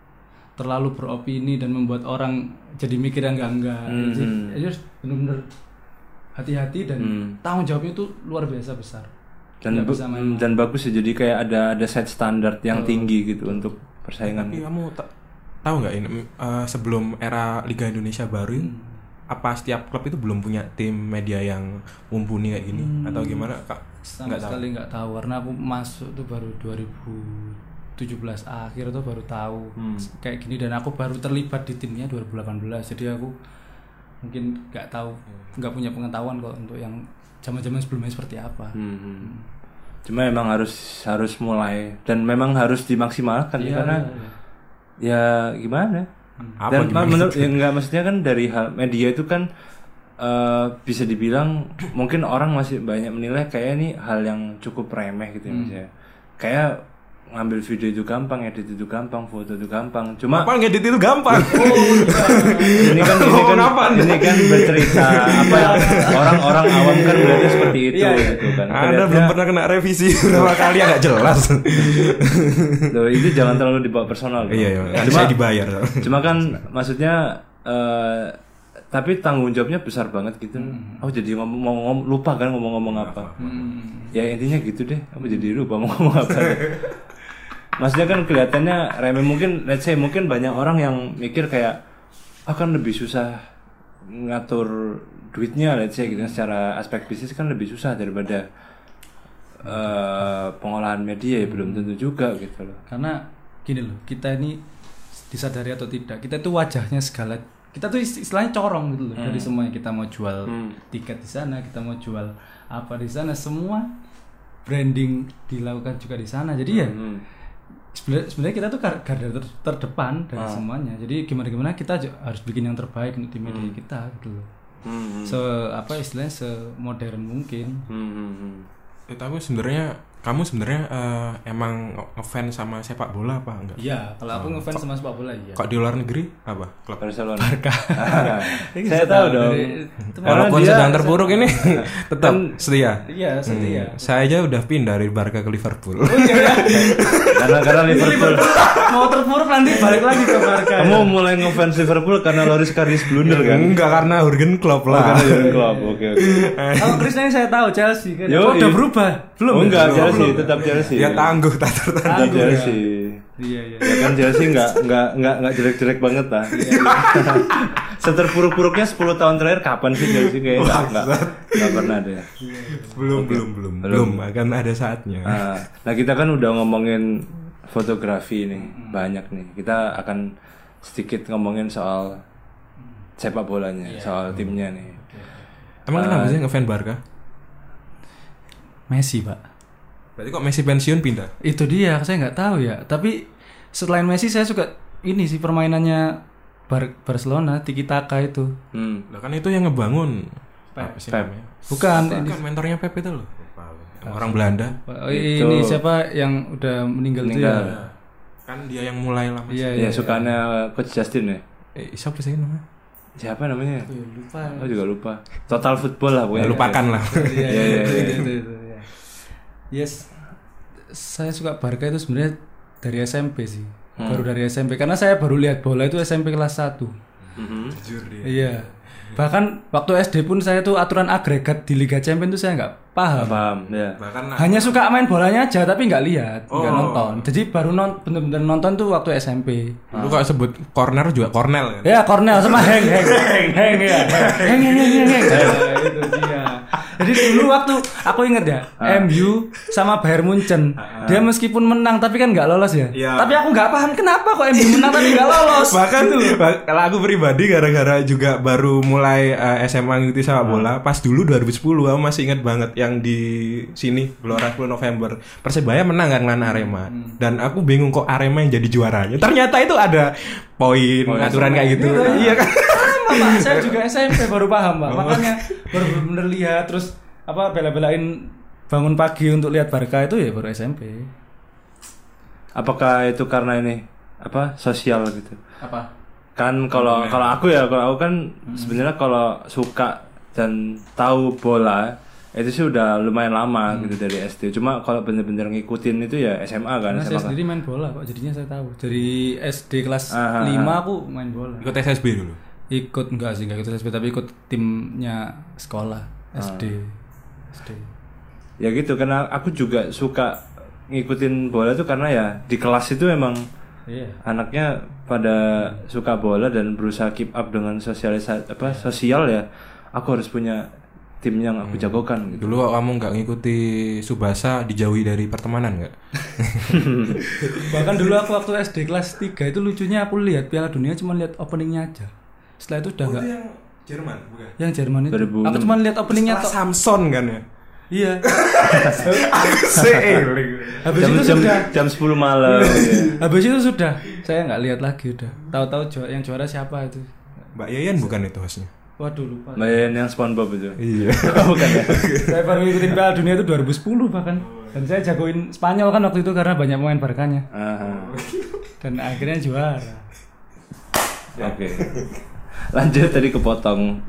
terlalu beropini dan membuat orang jadi mikir yang enggak-enggak. Hmm. Jadi harus benar-benar hati-hati dan hmm. tanggung jawabnya itu luar biasa besar. Dan bu- dan bagus ya. Jadi kayak ada ada set standar yang oh. tinggi gitu untuk persaingan. Tapi kamu ta- tahu nggak ini uh, sebelum era Liga Indonesia baru hmm. apa setiap klub itu belum punya tim media yang mumpuni kayak gini hmm. atau gimana Kak? Sama nggak sekali nggak tahu. tahu karena aku masuk tuh baru dua ribu tujuh belas akhir tuh baru tahu hmm. kayak gini dan aku baru terlibat di timnya dua ribu delapan belas jadi aku mungkin nggak tahu nggak punya pengetahuan kok untuk yang zaman-zaman sebelumnya seperti apa. hmm. Hmm. Cuma emang harus harus mulai dan memang harus dimaksimalkan ya, karena ya, ya. ya gimana hmm. dan gimana menurut ya nggak maksudnya kan dari hal media itu kan uh, bisa dibilang mungkin orang masih banyak menilai kayak ini hal yang cukup remeh gitu ya hmm. misalnya kayak ngambil video itu gampang, edit itu gampang, foto itu gampang. Cuma apa ngedit itu gampang? ini kan ini kan ini kan bercerita apa orang-orang awam kan berarti seperti itu Iya, iya. gitu kan. Anda Kelihatannya- belum pernah kena revisi berapa kali nggak jelas. Loh, itu jangan terlalu dibawa personal. Bro. Iya, iya. Kan Cuma, saya dibayar. cuma kan maksudnya eh, tapi tanggung jawabnya besar banget gitu. Oh jadi ngomong mau ngom- lupa kan ngomong-ngomong apa. Ya intinya gitu deh. Aku jadi lupa mau ngomong apa. Maksudnya kan kelihatannya remeh, mungkin let's say mungkin banyak orang yang mikir kayak akan lebih susah ngatur duitnya let's say gitu secara aspek bisnis kan lebih susah daripada eh, pengolahan media ya belum tentu juga gitu loh. Karena gini loh, kita ini disadari atau tidak, kita itu wajahnya segala, kita tuh istilahnya corong gitu loh dari semuanya. Kita mau jual tiket di sana, kita mau jual apa di sana, semua branding dilakukan juga di sana. Jadi ya Hmm. sebenarnya sebenarnya kita tuh gar- garda ter- terdepan dari semuanya. Jadi gimana gimana kita ju- harus bikin yang terbaik untuk di media kita gitu loh. Hmm. Se apa istilahnya semodern mungkin. Hmm, hmm, hmm. Eh, tapi sebenarnya kamu sebenarnya eh, emang ngefans sama sepak bola apa enggak? Iya, kalau aku ngefans sama sepak bola iya. Kok di luar negeri apa? Klub. Barcelona. Barca. Ah, saya tahu dong. Dari- Karena Walaupun dia- sedang terpuruk ini tetap setia. Iya, setia. Hmm, saya aja udah pindah dari Barca ke Liverpool. karena karena Liverpool. Mau terpuruk nanti balik lagi ke Barca. Kamu mulai ngefans Liverpool karena Loris Karius blunder kan? Enggak, karena Jurgen Klopp Oh, lah. karena Jurgen Klopp. Oke oke. Kalau Chris ini saya tahu Chelsea kan. Yo, Oh, udah iya. berubah. Belum. Oh, ya? enggak, Belum. Chelsea tetap Chelsea. Dia tangguh tak tertangguh. Tetap Tangguh, ya. Chelsea. Iya, iya. Ya kan Chelsea enggak enggak enggak enggak jelek-jelek banget lah. Seterpuruk-puruknya sepuluh tahun terakhir kapan sih Chelsea kayaknya enggak enggak enggak pernah deh. Belum, belum, belum, belum. Akan ada saatnya. Nah, nah kita kan udah ngomongin fotografi nih, banyak nih. Kita akan sedikit ngomongin soal sepak bolanya, soal timnya nih. Emang kenapa sih ngefans Barca? Messi, Pak. Berarti kok Messi pensiun pindah? Itu dia, saya nggak tahu ya. Tapi selain Messi saya suka ini sih permainannya Bar- Barcelona, Tiki Taka itu. Hmm. Lah kan itu yang ngebangun apa sih Pep. namanya? Bukan ini Bukan mentornya Pep itu loh. Orang Belanda. oh, ini siapa yang udah meninggal, itu Meninggal. ya? Kan dia yang mulai lama. Iya, Ya sukanya Coach Justin ya. Eh, siapa sih namanya? Siapa namanya? Iya, lupa. Aku juga lupa. Total football lah Ya, pokoknya. lupakan lah. Iya, Iya, iya, iya, itu, iya. itu, itu, iya. Yes. Saya suka Barca itu sebenarnya dari S M P sih. Baru dari S M P karena saya baru lihat bola itu S M P kelas satu. Mhm. Jujur dia. Iya. Bahkan waktu S D pun saya tuh aturan agregat di Liga Champions itu saya nggak paham. Paham ya. Bahkan Hanya suka main bolanya aja tapi nggak lihat, nggak Oh. nonton. Jadi baru non bener-bener nonton tuh waktu S M P. lu kalau sebut corner juga Cornell kan? Ya Cornell sama Heng Heng Heng Heng ya. Heng Heng Heng Heng. Ya, itu dia. Jadi dulu waktu aku inget ya, M U sama Bayern Munchen. Dia meskipun menang tapi kan nggak lolos ya. Iya. Tapi aku nggak paham kenapa kok M U menang tapi nggak lolos. Bahkan bah- kalau aku pribadi gara-gara juga baru mulai eh, S M A ngikuti sepak bola, pas dulu dua ribu sepuluh aku masih ingat banget yang di sini Gelora sepuluh November Persebaya menang kan lawan Arema. Dan aku bingung kok Arema yang jadi juaranya. Ternyata itu ada poin aturan kayak gitu. Iya kan? Sama, Pak. Saya juga S M P baru paham, Pak. Makanya baru bener lihat terus apa bela-belain bangun pagi untuk lihat Barca itu ya baru S M P. Apakah itu karena ini apa sosial gitu? Apa? Kan kalau kalau aku ya kalau aku kan sebenarnya kalau suka dan tahu bola itu sih udah lumayan lama gitu dari S D. Cuma kalau bener-bener ngikutin itu ya S M A kan. Karena S M A saya kan. sendiri main bola kok, jadinya saya tahu. Dari S D kelas Ah, ah, lima aku main bola. Ikut S S B dulu. Ikut enggak sih, enggak ikut S S B tapi ikut timnya sekolah S D. S D. Ya gitu karena aku juga suka ngikutin bola tuh karena ya di kelas itu emang Iya. anaknya pada suka bola dan berusaha keep up dengan sosialisasi apa sosial ya. Aku harus punya tim yang aku jagokan gitu. Dulu kamu nggak ngikuti Subasa dijauhi dari pertemanan nggak? Bahkan dulu aku waktu S D kelas tiga itu lucunya aku lihat Piala Dunia cuma lihat openingnya aja. Setelah itu udah enggak. yang Jerman bukan? Yang Jerman itu. dua ribu enam. Aku cuma lihat openingnya tok. Samson kan ya? Iya. Seeling. Habis jam, itu jam, sudah. jam sepuluh malam ya. Habis itu sudah. Saya nggak lihat lagi udah. Tahu-tahu ju- yang juara siapa itu. Mbak Yayan bukan itu hostnya? Waduh lupa. Main yang SpongeBob itu. Iya. Bukan ya? Saya baru ikutin Piala Dunia itu dua ribu sepuluh bahkan. Dan saya jagoin Spanyol kan waktu itu karena banyak pemain Barkanya. Aha. Dan akhirnya juara. Oke. Lanjut tadi kepotong.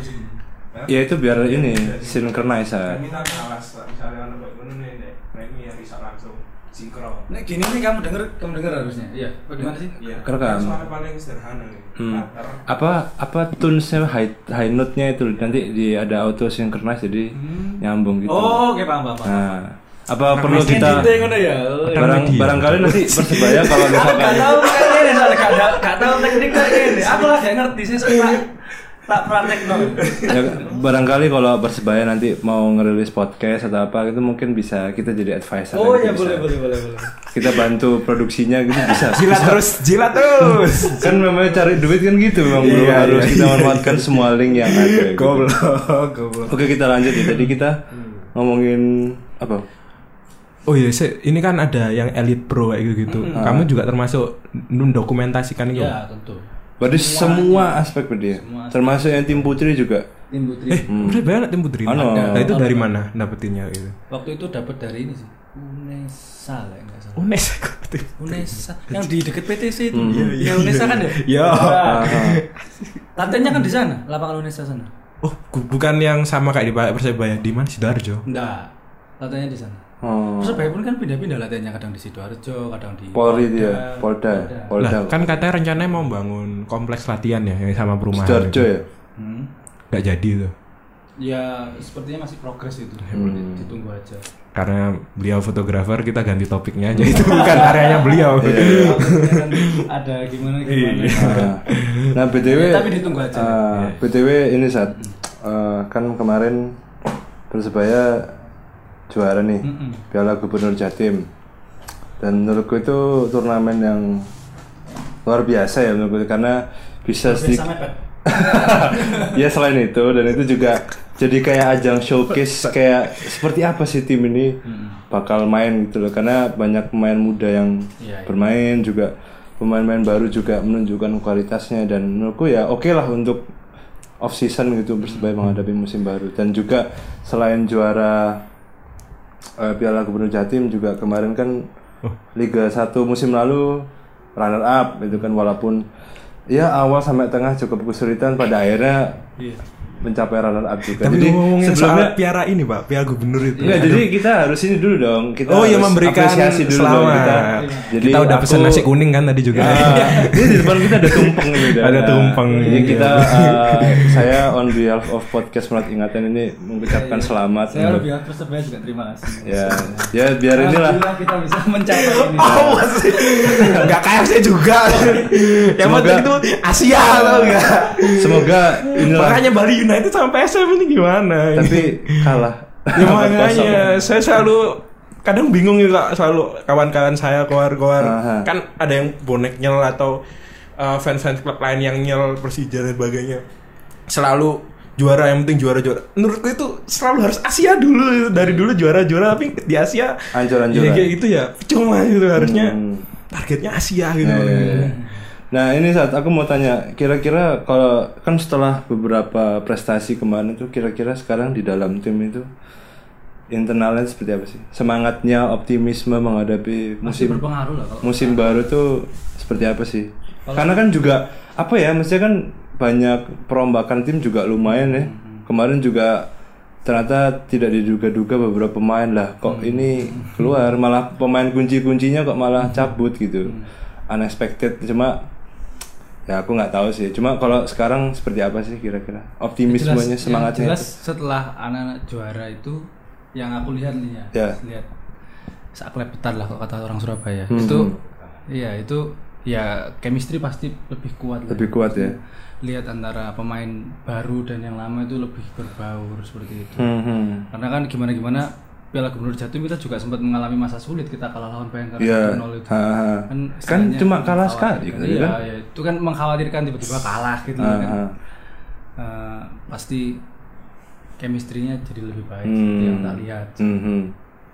Ya itu biar ini synchronize ya. Kita alas misalnya ono koyo ngono nek Remi ya bisa langsung sinkron. Nek gini nih kamu denger, kamu denger harusnya. Iya. Bagaimana sih? Iya. Kerekam. Soalnya paling sederhana nih. Hmm. Apa apa tunesnya high high note-nya itu nanti di ada auto synchronize jadi nyambung gitu. Oh, oke paham paham. Nah, apa perlu kita ya? barang barangkali nanti Persebaya kalau misalkan Gak tahu kan ini soalnya gak tahu gak tahu teknik kayak gini. Aku lah gak ngerti sih suka tak praktek dong. ya, barangkali kalau Persebaya nanti mau ngerilis podcast atau apa itu mungkin bisa kita jadi advisor. Oh gitu iya bisa. boleh boleh boleh boleh. Kita bantu produksinya gitu bisa. Jilat bisa. terus, jilat terus. Kan memang cari duit kan gitu memang belum Iya, harus iya, kita iya. memanfaatkan semua link yang ada. Gitu. Goblok, goblok. Oke kita lanjut ya. Tadi kita ngomongin apa? Oh iya, se- ini kan ada yang Elite Pro kayak gitu. Kamu juga termasuk mendokumentasikan itu. Ya tentu. Berarti semua aspek berarti ya? Termasuk yang tim putri juga. Tim Putri. Eh, udah banyak tim putri. Ano. Nah, itu dari mana dapetinnya itu? Waktu itu dapat dari ini sih. Unesa lah enggak salah. Unes. Unesa yang di deket P T C itu. Hmm. Ya Unesa kan ya? Ya. Latihannya kan di sana, lapangan Unesa sana. Oh, bu- bukan yang sama kayak di Persebaya di mana Sidoarjo. Enggak. Latihannya di sana. Oh. Persebaya pun kan pindah-pindah latihannya kadang di Sidoarjo, kadang di Polri dia, Polda, Polda. Lah, kan katanya rencananya mau bangun kompleks latihan ya yang sama perumahan. Sidoarjo itu. ya? Hmm. Nggak jadi tuh. Ya sepertinya masih progres itu. Hmm. Ditunggu aja. Karena beliau fotografer, kita ganti topiknya aja. Itu bukan areanya beliau. Ada gimana gimana. Nah, nah B T W Ya, tapi ditunggu aja. ah, B T W ini saat eh, kan kemarin Persebaya juara nih Mm-mm. Piala Gubernur Jatim. Dan menurutku itu turnamen yang luar biasa ya menurutku karena bisa sedikit ya selain itu dan itu juga jadi kayak ajang showcase kayak seperti apa sih tim ini bakal main gitu loh karena banyak pemain muda yang Iya, iya. bermain juga pemain-pemain baru juga menunjukkan kualitasnya dan menurutku ya oke lah untuk off season gitu Persebaya menghadapi musim baru dan juga selain juara uh, Piala Gubernur Jatim juga kemarin kan Liga satu musim lalu runner up itu kan walaupun ya awal sampai tengah cukup kesulitan pada akhirnya mencapai runner up juga. Tapi Jadi ngomongin sebelumnya soal piara ini Pak, Piala Gubernur itu. enggak, jadi kita harus ini dulu dong. Kita Oh iya, harus memberikan apresiasi dulu dong selamat. kita. Jadi Kita udah aku- pesen nasi kuning kan tadi juga. Ah, ini di depan kita ada tumpeng ini udah. Ada tumpeng. Jadi Iya. kita uh, saya on behalf of podcast Merat Ingatan ini mengucapkan selamat. Saya untuk- lebih Persebaya juga terima kasih. ya, ya biar inilah. Alhamdulillah kita bisa mencapai ini. Oh masih nggak K F C juga. Yang Semoga- penting itu Asia tau nggak? Semoga inilah. Makanya Bali United sama P S M ini gimana? Tapi kalah. Ya makanya saya selalu kadang bingung juga selalu kawan-kawan saya keluar-keluar Aha. kan ada yang bonek nyel atau uh, fans-fans klub lain yang nyel Persija dan sebagainya selalu juara yang penting juara-juara menurutku itu selalu harus Asia dulu dari dulu juara-juara tapi di Asia Ancur-ancuran. ya kayak gitu ya cuma gitu harusnya Hmm. targetnya Asia gitu. Ya, ya, ya. Nah ini saat aku mau tanya, kira-kira kalau kan setelah beberapa prestasi kemarin itu, kira-kira sekarang di dalam tim itu internalnya seperti apa sih? Semangatnya, optimisme menghadapi Masih musim berpengaruh lah kalau musim baru tuh seperti apa sih? Karena kan juga apa ya, mestinya kan banyak perombakan tim juga lumayan ya. Kemarin juga ternyata tidak diduga-duga beberapa pemain lah kok ini keluar malah pemain kunci-kuncinya kok malah cabut gitu. Unexpected cuma ya aku nggak tahu sih. Cuma kalau sekarang seperti apa sih kira-kira optimismenya, Jelas- semangatnya? yang jelas setelah anak-anak juara itu yang aku lihat nih ya, Ya. lihat saklepetan lah kalau kata orang Surabaya. Hmm. Itu iya itu ya chemistry pasti lebih kuat lah. Lebih kuat ya. Lihat antara pemain baru dan yang lama itu lebih berbaur seperti itu. Hmm, hmm. Karena kan gimana-gimana Piala Gubernur Jatim kita juga sempat mengalami masa sulit, kita kalah lawan Bayangkara Iya. satu nol itu. Ha, ha. Kan, Kan istilahnya cuma kalah mengkhawatirkan. sekali kan, Iya, kan? iya, itu kan mengkhawatirkan tiba-tiba kalah gitu Ha, kan. ha. Eh, pasti chemistry-nya jadi lebih baik Hmm. seperti yang tak lihat. Hmm, hmm.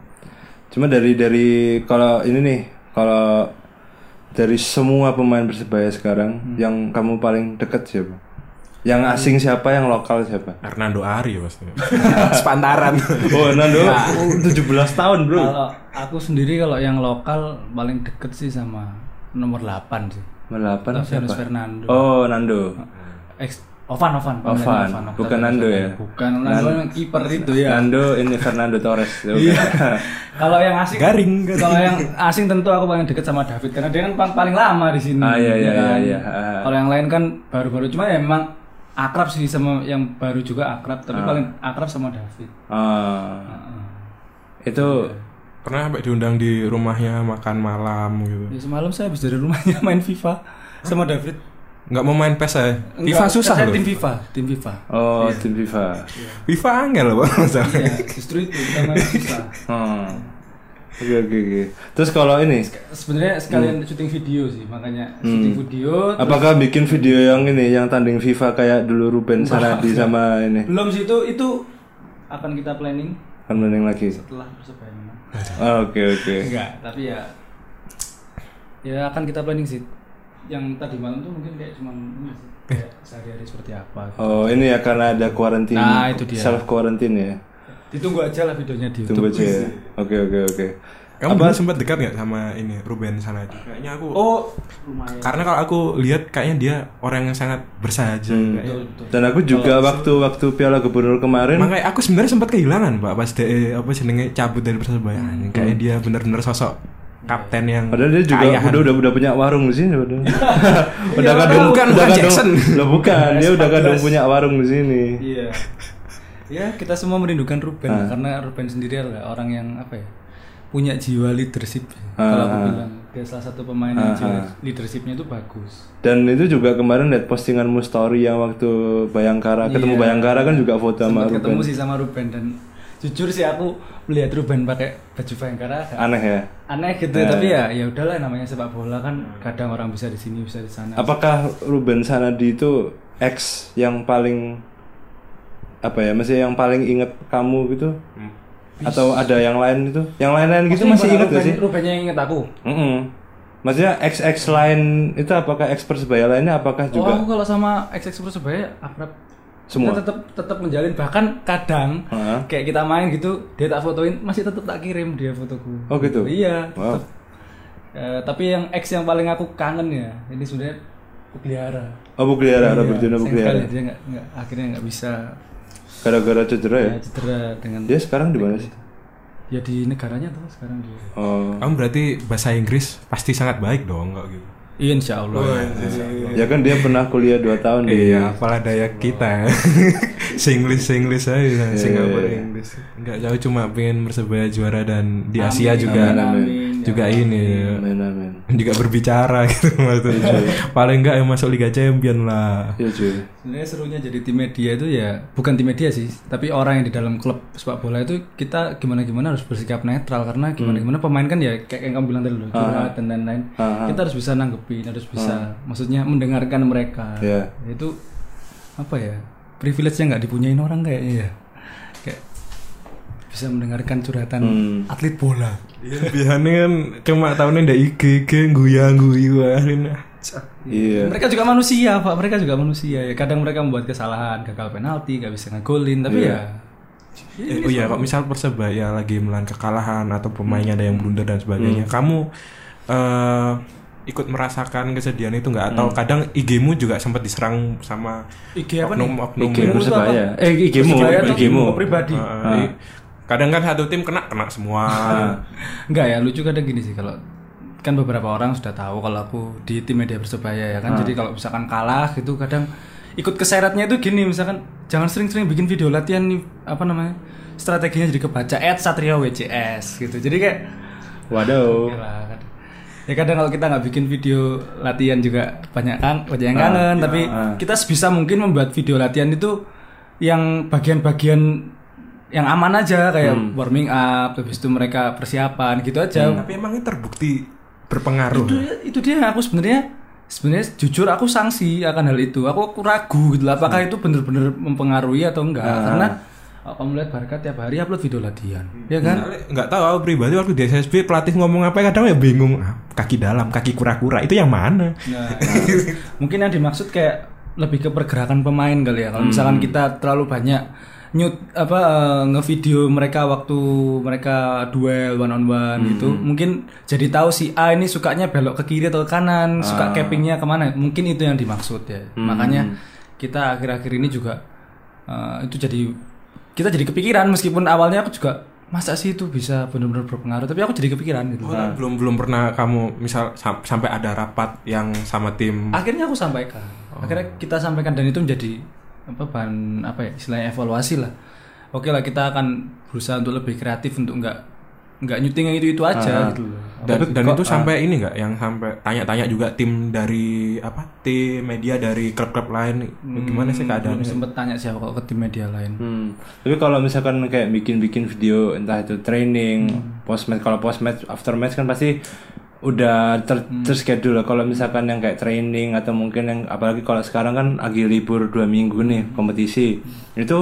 Cuma dari dari kalau ini nih, kalau dari semua pemain Persebaya sekarang Hmm. yang kamu paling dekat siapa? Yang asing siapa, yang lokal siapa? Hernando Ari pasti. Sepantaran. Oh, Hernando tujuh belas tahun, Bro. Kalau aku sendiri kalau yang lokal paling deket sih sama nomor delapan sih. Melapan siapa? Tavianus Fernando. Oh, Nando. Ex Ovan Ovan. Ovan. Ovan. Bukan Nando ya. Bukan Nando yang kiper itu ya. Nando ini Fernando Torres. Iya. Kalau yang asing Garing, garing. Kalau yang asing tentu aku paling deket sama David karena dia kan paling, paling lama di sini. Ah iya iya ya kan? iya. iya. Kalau yang lain kan baru-baru cuma ya memang akrab sih sama yang baru juga akrab tapi Ah. paling akrab sama David. Ah. Heeh. Itu Pernah sampai diundang di rumahnya makan malam gitu. Ya semalam saya habis dari rumahnya main FIFA sama David. Nggak mau main P E S ya? FIFA Enggak, susah saya loh. tim FIFA, tim FIFA. oh tim FIFA. FIFA angel loh masalahnya. Iya, justru itu kita main FIFA. Hmm. Oke oke oke. Terus kalau ini, Sebenarnya sekalian syuting video sih, makanya syuting video. terus- apakah bikin video yang ini, yang tanding FIFA kayak dulu Ruben Sanadi sama ini? belum sih itu itu akan kita planning Kan mending lagi. setelah Persebaya menang. Oke oke. Enggak, tapi ya ya akan kita planning sih. Yang tadi malam tuh mungkin kayak cuma ini sih, kayak sehari-hari seperti apa. gitu. Oh ini ya karena ada quarantine, Nah, itu dia. self quarantine ya. Ditunggu aja lah videonya di Tunggu YouTube. aja ya. Oke oke oke. Kamu Apa? dulu sempat dekat nggak sama ini Ruben Sanadi? Kayaknya aku. Oh, lumayan. Karena kalau aku lihat kayaknya dia orang yang sangat bersahaja. Hmm. Kayaknya. Betul, betul. Dan aku juga waktu waktu Piala Gubernur kemarin, Makanya aku sebenarnya sempat kehilangan Pak pas de apa jenenge cabut dari Persebaya. Kayaknya dia benar-benar sosok kapten yang padahal dia juga kayahan. udah, udah udah punya warung di sini udah. udah Iya, kadung bukan, udah bukan kadung Jackson. Loh, bukan, dia udah kadung punya warung di sini. Iya. Ya, kita semua merindukan Ruben Ah. karena Ruben sendiri adalah orang yang apa ya? Punya jiwa leadership. Ah, Kalau aku ah. bilang dia salah satu pemain yang Ah, jiwa ah. leadershipnya itu bagus. Dan itu juga kemarin lihat postinganmu story yang waktu Bayangkara ketemu Iya. Bayangkara kan juga foto sama Sempat ketemu Ruben. sih sama Ruben dan jujur sih aku melihat Ruben pakai baju Bayangkara agak Aneh ya. aneh gitu Eh. tapi ya ya udahlah namanya sepak bola kan kadang orang bisa di sini bisa di sana. Apakah Ruben Sanadi itu ex yang paling apa ya, masih yang paling inget kamu gitu? Hmm. Atau ada yang lain itu? Yang lain-lain gitu Maksudnya masih inget gak Ruben- sih? Rubennya yang inget aku. Mm-mm. Maksudnya ex-ex lain itu apakah ex Persebaya lainnya apakah Oh, juga aku kalau sama ex ex Persebaya akrab. Semua? Kita tetap tetap menjalin bahkan kadang Heeh. kayak kita main gitu dia tak fotoin masih tetap tak kirim dia fotoku. Oh, gitu? Iya. Wow. Tetap. Eh, tapi yang ex yang paling aku kangen ya ini sebenarnya Pugliara. Oh Pugliara, Iya, Robert Jono sayang Pugliara. sekali dia nggak nggak akhirnya nggak bisa Gara-gara cedera ya? ya, cedera dengan Dia sekarang di mana sih? ya di negaranya tuh sekarang dia. Oh. Kamu berarti bahasa Inggris pasti sangat baik dong kok gitu. Iya insya Allah. Oh, ya. Ya kan dia pernah kuliah dua tahun di Iya, apalah daya kita. Singlish Singlish aja, Singapura iya. Inggris. Enggak jauh cuma pengen Persebaya juara dan di Amin, Asia juga amin, amin. juga Ya ini Amin amin. juga berbicara gitu maksudnya. Paling enggak yang masuk Liga Champion lah. Iya cuy. Sebenarnya serunya jadi tim media itu ya bukan tim media sih, tapi orang yang di dalam klub sepak bola itu kita gimana gimana harus bersikap netral karena gimana gimana pemain kan ya kayak yang kamu bilang tadi loh, curhat dan lain-lain. Ah, ah. Kita harus bisa nanggepin, harus bisa, maksudnya mendengarkan mereka. Iya. Itu apa ya? Privilege-nya nggak dipunyain orang kayaknya ya. Kayak bisa mendengarkan curhatan Hmm. atlet bola. Iya, biasanya kan cuma tahunnya ndak I G G guyang-guyu akhirnya. Iya. Mereka juga manusia, Pak. Mereka juga manusia ya. Kadang mereka membuat kesalahan, gagal penalti, nggak bisa ngegolin, tapi Iya. ya Eh, oh iya, kok misal Persebaya lagi menelan kekalahan atau pemainnya ada yang blunder dan sebagainya, kamu eh, ikut merasakan kesedihan itu nggak? Atau kadang I G-mu juga sempat diserang sama I G apa nih? oknum-oknum I G Persebaya. apa? Eh I G-mu, Persebaya atau I G-mu. pribadi. Eh, i- kadang kan satu tim kena kena semua. Enggak ya, lucu kadang gini sih kalau kan beberapa orang sudah tahu kalau aku di tim media Persebaya ya kan. Jadi kalau misalkan kalah gitu kadang ikut keseretnya itu gini, misalkan jangan sering-sering bikin video latihan nih apa namanya? Strateginya jadi kebaca at Satria W C S gitu. Jadi kayak Waduh. oke lah, kan. Ya kadang kalau kita nggak bikin video latihan juga banyak kan banyak yang kangen, Ah, tapi ah. kita sebisa mungkin membuat video latihan itu yang bagian-bagian yang aman aja kayak Hmm. warming up, habis itu mereka persiapan gitu aja. Tapi emang ini terbukti berpengaruh. Itu, itu dia aku sebenarnya sebenarnya jujur aku sanksi akan hal itu. Aku, aku ragu gitu lah, apakah itu benar-benar mempengaruhi atau enggak? Ah. Karena kalau kamu lihat Barca tiap hari upload video latihan, ya kan? Soalnya nggak tahu aku pribadi waktu di S S B pelatih ngomong apa kadang ya bingung. Ah, kaki dalam, kaki kura-kura itu yang mana? Nah, mungkin yang dimaksud kayak lebih ke pergerakan pemain kali ya. Kalau hmm. misalkan kita terlalu banyak nyut apa uh, ngevideo mereka waktu mereka duel one on one hmm. gitu, mungkin jadi tahu si A ini sukanya belok ke kiri atau ke kanan, ah. suka cappingnya kemana, mungkin itu yang dimaksud ya. Hmm. Makanya kita akhir-akhir ini juga uh, itu jadi kita jadi kepikiran, meskipun awalnya aku juga masa sih itu bisa benar-benar berpengaruh, tapi aku jadi kepikiran gitu. Oh, nah. belum belum pernah kamu misal sam- sampai ada rapat yang sama tim. Akhirnya aku sampaikan. Oh. Akhirnya kita sampaikan dan itu menjadi apa bahan apa ya istilahnya evaluasi lah. Oke lah, kita akan berusaha untuk lebih kreatif untuk enggak enggak nyuting yang itu-itu aja ah. gitu loh. Dan, dan kok, itu sampai ah. ini enggak yang sampai tanya-tanya juga tim dari apa tim media dari klub-klub lain hmm, gimana sih keadaannya? Belum sempet tanya siapa kalau ke tim media lain. Hmm. Tapi kalau misalkan kayak bikin-bikin video entah itu training, hmm. post match, kalau post match after match kan pasti udah ter hmm. terschedule. Kalau misalkan yang kayak training atau mungkin yang apalagi kalau sekarang kan lagi libur dua minggu nih kompetisi hmm. itu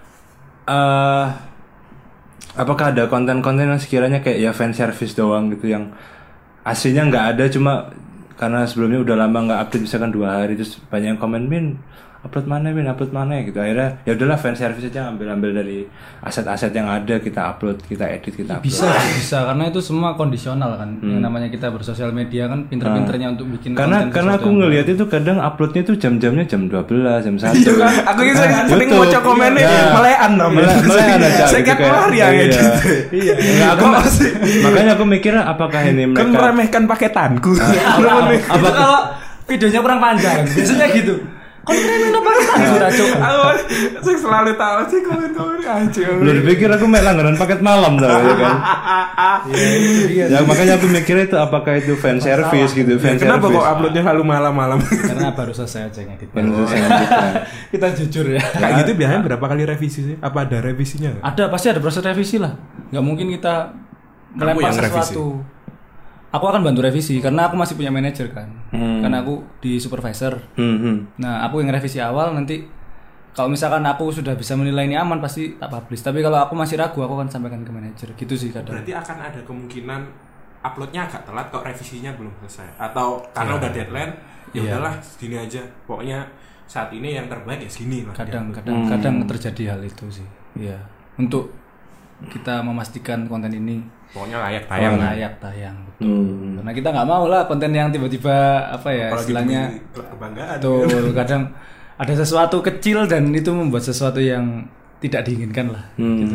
uh, apakah ada konten-konten yang sekiranya kayak ya fan service doang gitu yang aslinya nggak ada, cuma karena sebelumnya udah lama nggak update misalkan dua hari terus banyak yang komen Min upload mana Min upload mana gitu, akhirnya ya udahlah fan service aja ambil-ambil dari aset-aset yang ada kita upload, kita edit, kita upload. Bisa bisa karena itu semua kondisional kan. Hmm. Yang namanya kita bersosial media kan pinter-pinternya nah. untuk bikin karena konten. Karena aku ngelihat itu kadang uploadnya tuh jam-jamnya jam dua belas, jam satu. Iya kan? Aku itu nah, sering mau cek komennya ya. melean namanya. Melean aja. Saya kan lari ya gitu. Iya. Aku makanya aku mikir apakah ini mereka kan meremehkan paketanku. Apa kalau videonya kurang panjang biasanya gitu. Kau ngeremehin apa kan? Aku selalu tahu sih komen-komen aja. Lu dipikir aku main langganan paket malam tau ya kan? Iya itu dia. Ya makanya aku mikir itu apakah itu fan service gitu, fan service. Kenapa kok uploadnya selalu malam-malam? Karena baru selesai aja ngedit. Baru selesai ngedit. Kita jujur ya. Kayak gitu biasanya berapa kali revisi sih? Apa ada revisinya nggak? Ada, pasti ada proses revisi lah. Nggak mungkin kita melempar sesuatu. Aku akan bantu revisi karena aku masih punya manajer kan, hmm. karena aku di supervisor. Hmm. Nah aku yang revisi awal, nanti kalau misalkan aku sudah bisa menilai ini aman pasti tak publish. Tapi kalau aku masih ragu aku akan sampaikan ke manajer. Gitu sih kadang. Berarti akan ada kemungkinan uploadnya agak telat kok revisinya belum selesai, atau karena ya. udah deadline ya yeah. udahlah segini aja. Pokoknya saat ini yang terbaik ya segini lah. Kadang-kadang hmm. kadang terjadi hal itu sih. Iya. Untuk kita memastikan konten ini pokoknya layak tayang, layak tayang, betul. Hmm. Karena kita nggak mau lah konten yang tiba-tiba apa ya apalagi istilahnya kebanggaan. Betul, kadang ada sesuatu kecil dan itu membuat sesuatu yang tidak diinginkan lah. Hmm. Gitu.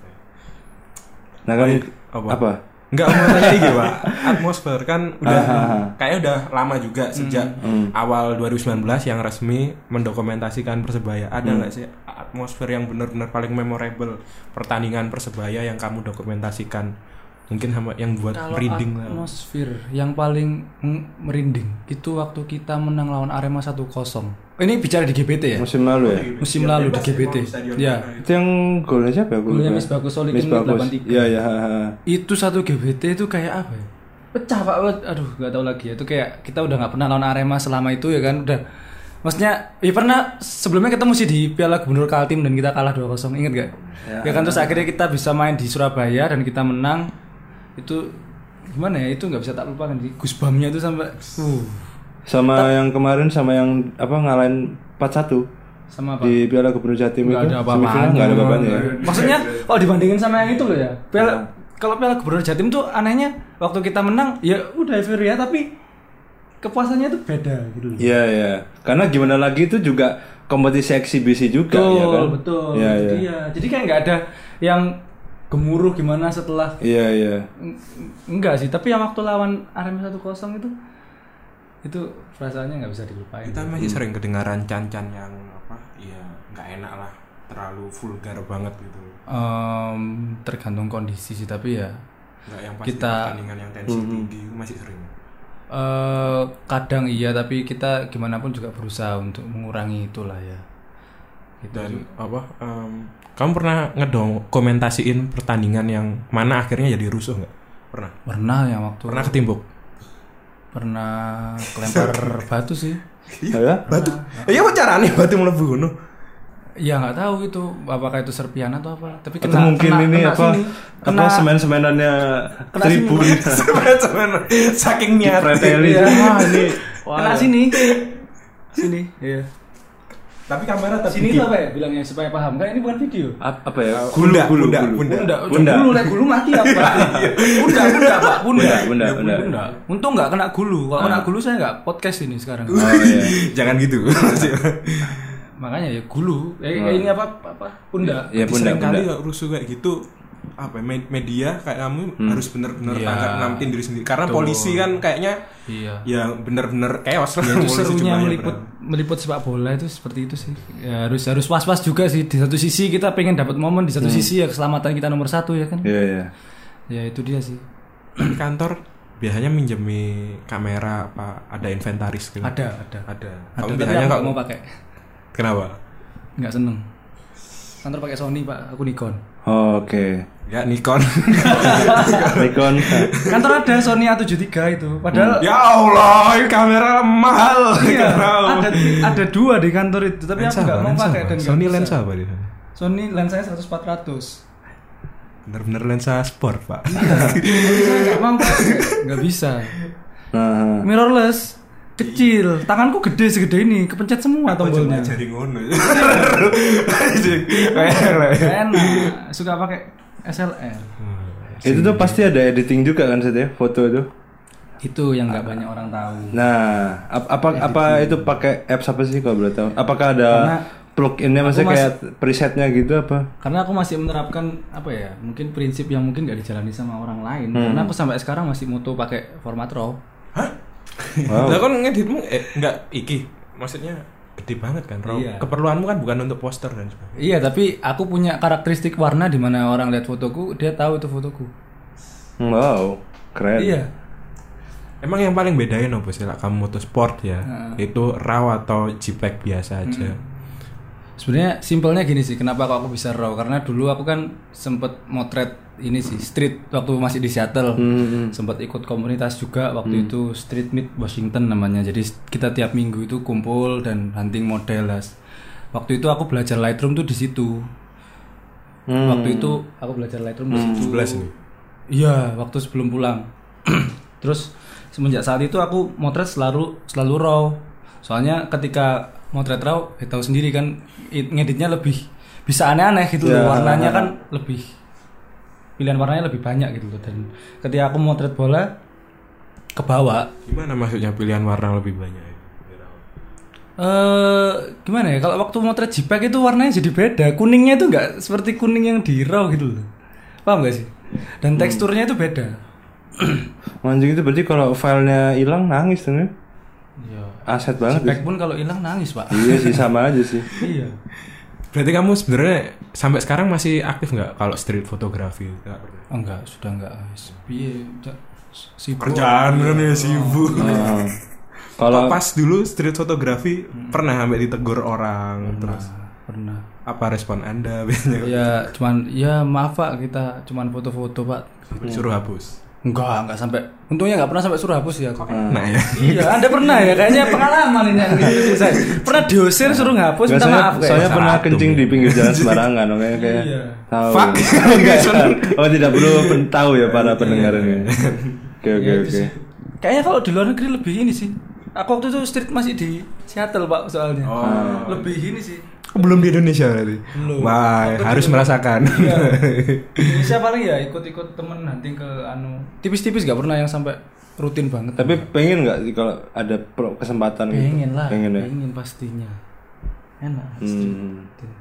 Nah kan apa? apa? Enggak mau tanya iki, Pak. Atmosfer kan udah kayaknya udah lama juga sejak hmm. awal dua ribu sembilan belas yang resmi mendokumentasikan Persebaya. Ada enggak hmm. sih atmosfer yang benar-benar paling memorable pertandingan Persebaya yang kamu dokumentasikan? Mungkin sama yang buat kalau merinding lah. Atmosfer yang paling merinding itu waktu kita menang lawan Arema satu kosong. Ini bicara di G B T ya? Musim lalu ya? Musim ya, lalu di G B T. Ya. Itu yang golnya siapa ya? Golnya Misbahus Solikin delapan tiga. Iya ya. Itu satu G B T itu kayak apa ya? Pecah Pak. Aduh, enggak tahu lagi ya. Itu kayak kita udah enggak pernah lawan Arema selama itu ya kan. Udah maksudnya, ya pernah sebelumnya ketemu sih di Piala Gubernur Kaltim dan kita kalah dua kosong. Ingat enggak? Ya. ya kan terus akhirnya kita bisa main di Surabaya dan kita menang. Itu gimana ya, itu nggak bisa tak lupakan sih, goosebump-nya itu sampai uh. sama Ta- yang kemarin sama yang apa ngalahin empat satu sama apa? Di Piala Gubernur Jatim itu ada apa-apanya, nggak ada apa-apanya ya. Maksudnya kalau dibandingin sama yang itu loh ya, Piala nah. kalau Piala Gubernur Jatim tuh anehnya waktu kita menang ya udah euforia tapi kepuasannya tuh beda gitu loh. Iya iya, karena gimana lagi itu juga kompetisi eksibisi juga betul, ya kan. Betul betul. Ya, jadi ya. jadi kayak nggak ada yang gemuruh gimana setelah iya iya enggak sih, tapi yang waktu lawan Arema satu kosong itu itu perasaannya nggak bisa dilupain. Kita masih hmm. sering kedengaran can-can yang apa ya nggak enak lah, terlalu vulgar banget gitu. Um, tergantung kondisi sih, tapi ya nggak yang pasti kita pertandingan yang tensi hmm. tinggi masih sering. Uh, kadang iya, tapi kita gimana pun juga berusaha untuk mengurangi itulah ya. Gitu. Dan apa? Um, kamu pernah ngedokumentasiin pertandingan yang mana akhirnya jadi rusuh nggak? Pernah? Pernah yang waktu. Pernah ketimbuk? Pernah kelempar batu sih. Iya, batu. Iya, apa caranya batu mlebu ngono? Ya nggak tahu itu apakah itu serpian atau apa. Tapi atau kena, mungkin kena, ini kena apa? Sini. Apa semen-semenannya tribun. Semen-semen saking niat. Preteli. Ya, wah ini. Wah, kena sini. Sini, iya. Tapi kamera tapi Sini tuh apa ya bilangnya supaya paham. Kan ini bukan video. Ap- apa ya? Bunda, Gulu, bunda, gulu, bunda. Bunda, Bunda. gulu, lek gulu mati apa? Bunda, bunda, Pak, bunda. Bunda, bunda, bunda. Bunda. Untung enggak kena gulu. Kalau Ah. kena gulu saya enggak podcast ini sekarang. Oh iya. Jangan gitu. Makanya ya gulu. Eh, Oh. ini apa apa? Bunda. Iya, bunda, Sering kali bunda. rusuh kayak gitu apa me- media kayak kamu Hmm. harus bener-bener Iya. angkat namatin diri sendiri karena Betul. polisi kan kayaknya Iya. ya bener-bener chaos lah. Ya, itu Polisi serunya jumlahnya meliput berapa. meliput sepak bola itu seperti itu sih. Ya, harus harus was-was juga sih. Di satu sisi kita pengen dapat momen, di satu sisi ya keselamatan kita nomor satu ya kan. Iya, iya. Ya itu dia sih. Di kantor biasanya minjemi kamera apa ada inventaris gitu. Ada, ada. Ada. Ada, Kamu tapi biasanya aku nggak nggak mau pakai. Kenapa? Nggak seneng. Kantor pakai Sony pak, aku Nikon. Oh, oke. Ya Nikon. Nikon. Kantor ada Sony A tujuh tiga itu, padahal Ya Allah, ini kamera mahal. iya, Nggak tahu. ada ada dua di kantor itu, tapi Lensa aku nggak apa? mau Lensa pakai apa? dan nggak Sony bisa. lensa apa di sana? Sony lensanya seratus empat ratus. Bener-bener lensa sport, Pak. Saya nggak mau pakai, nggak bisa. Nah, Mirrorless, kecil, tanganku gede segede ini, kepencet semua tombolnya. Jadi ngono. Enak, suka pakai S L R. itu tuh pasti ada editing juga kan Set, ya, foto itu. Itu yang nggak banyak orang tahu. Nah, ap- apa apa itu pakai apps apa sih kalau boleh tahu? Apakah ada Karena plug-innya aku maksudnya mas- kayak presetnya gitu apa? Karena aku masih menerapkan apa ya, mungkin prinsip yang mungkin nggak dijalani sama orang lain. Hmm. Karena aku sampai sekarang masih moto pakai format RAW. Wow. Lah kan ngeditmu eh enggak iki. Maksudnya gede banget kan, Raw. Iya. Keperluanmu kan bukan untuk poster dan sebagainya. Iya, tapi aku punya karakteristik warna di mana orang lihat fotoku, dia tahu itu fotoku. Wow, keren. Iya. Emang yang paling bedain apa sih lah kamu moto sport ya? Heeh. Itu RAW atau JPEG biasa aja. Sebenarnya simpelnya gini sih, kenapa kok aku bisa RAW? Karena dulu aku kan sempet motret ini sih, street waktu masih di Seattle. Hmm. Sempat ikut komunitas juga waktu itu, Street Meet Washington namanya. Jadi kita tiap minggu itu kumpul dan hunting model lah. Waktu itu aku belajar Lightroom tuh di situ. Hmm. Waktu itu aku belajar Lightroom di situ. sebelas nih. Iya, waktu sebelum pulang. Terus semenjak saat itu aku motret selalu selalu raw. Soalnya ketika motret raw, ya tahu sendiri kan it- ngeditnya lebih bisa aneh-aneh gitu Ya. loh. Warnanya kan lebih pilihan warnanya lebih banyak gitu loh. Dan ketika aku motret bola ke bawah, Gimana maksudnya pilihan warna lebih banyak? eh gimana ya? Kalau waktu motret JPEG itu warnanya jadi beda. Kuningnya itu nggak seperti kuning yang di raw gitu loh. Paham gak sih? Dan teksturnya itu beda. Anjing itu berarti kalau filenya hilang nangis tuh ya? Iya. Aset banget. JPEG pun kalau hilang nangis pak. Iya sih sama aja sih. Iya. Berarti kamu sebenarnya sampai sekarang masih aktif nggak kalau street fotografi? Oh, enggak, sudah enggak. Piye, Cak? Sibuk. Kerjaan kan ya sibuk. Ah. Kalau Kalau pas dulu street fotografi pernah sampai ditegur orang terus Pernah. apa respon Anda biasanya? Ya, cuman ya maaf Pak, kita cuman foto-foto, Pak. Suruh hapus. Enggak, enggak sampai. Untungnya enggak pernah sampai suruh hapus ya aku. Nah ya. Iya, Anda pernah ya? Kayaknya pengalaman ini yang gitu saya. Pernah diusir suruh ngapus, minta Biasanya maaf kayak. saya pernah Satu, kencing ya. di pinggir jalan sembarangan, oke kayak Iya. tahu. Fuck. Enggak, oh tidak perlu pen- tahu ya para pendengar ini. Oke oke Ya, itu oke. sih. Kayaknya kalau di luar negeri lebih ini sih. Aku waktu itu street masih di Seattle, Pak, soalnya. Oh. Lebih ini sih. Belum di Indonesia berarti. Belum. Wah, Waktu harus itu- merasakan. Iya. Indonesia paling ya ikut-ikut temen nanti ke anu tipis-tipis gak pernah yang sampai rutin banget. Tapi pengen nggak sih kalau ada pro- kesempatan gitu? pengen lah, Pengen ya. pengen pastinya. Enak. Hmm.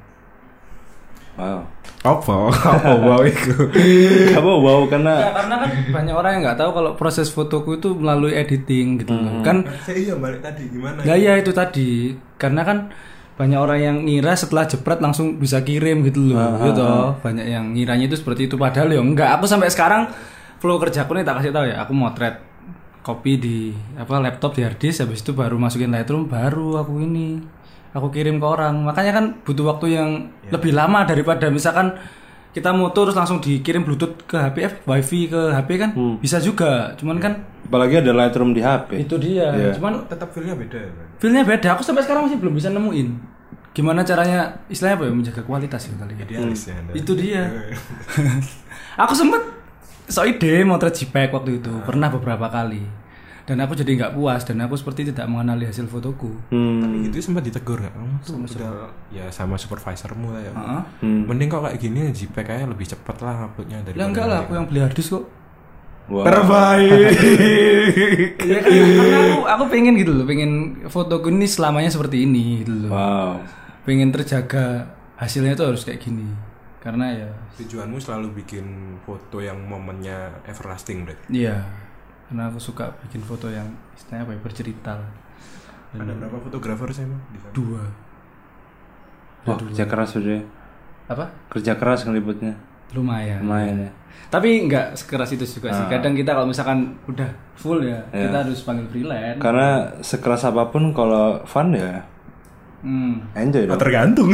Wow. Apa? Apa wow itu? Kamu wow karena Ya, karena kan banyak orang yang nggak tahu kalau proses fotoku itu melalui editing gitu loh. Kan Iya balik tadi gimana? nggak ya itu tadi karena kan banyak orang yang ngira setelah jepret langsung bisa kirim gitu loh, Ah, gitu. Banyak yang ngiranya itu seperti itu padahal ya enggak. Aku sampai sekarang flow kerjaku nih tak kasih tahu ya. Aku motret copy di apa laptop di hard disk, habis itu baru masukin Lightroom, baru aku ini aku kirim ke orang. Makanya kan butuh waktu yang lebih lama daripada misalkan kita moto terus langsung dikirim Bluetooth ke H P, wifi ke H P kan bisa juga. Cuman kan apalagi ada Lightroom di H P. itu dia. Iya. Cuman Tetap feelnya beda ya. feelnya beda. Aku sampai sekarang masih belum bisa nemuin gimana caranya istilahnya apa ya menjaga kualitas ya kali ya. Idealis ya. Anda. Itu dia. Aku sempet so ide motret JPEG waktu itu pernah beberapa kali. dan aku jadi nggak puas dan aku seperti tidak mengenali hasil fotoku. Hmm. Tapi itu sempat ditegur nggak? Kamu tuh udah ya sama supervisormu lah ya. Uh-huh. Hmm. Mending kok kayak gini JPEG aja lebih cepet lah uploadnya dari. Lah enggak lah, aku yang beli harddisk kok. Wow. Terbaik. Ya kan, karena aku aku pengen gitu loh, pengen fotoku ini selamanya seperti ini gitu loh. Wow. Pengen terjaga hasilnya itu harus kayak gini. Karena ya Tujuanmu selalu bikin foto yang momennya everlasting deh. iya. Karena aku suka bikin foto yang istilahnya apa ya, bercerita. Ada berapa fotografer sih emang di sana? Dua. Wah, kerja keras sudah. Apa? Kerja keras ngeliputnya. Lumayan. Lumayan ya. Tapi nggak sekeras itu juga sih. Ah. Kadang kita kalau misalkan udah full ya, Ya. kita harus panggil freelance. Karena sekeras apapun kalau fun ya Hmm. enjoy dong. Tergantung.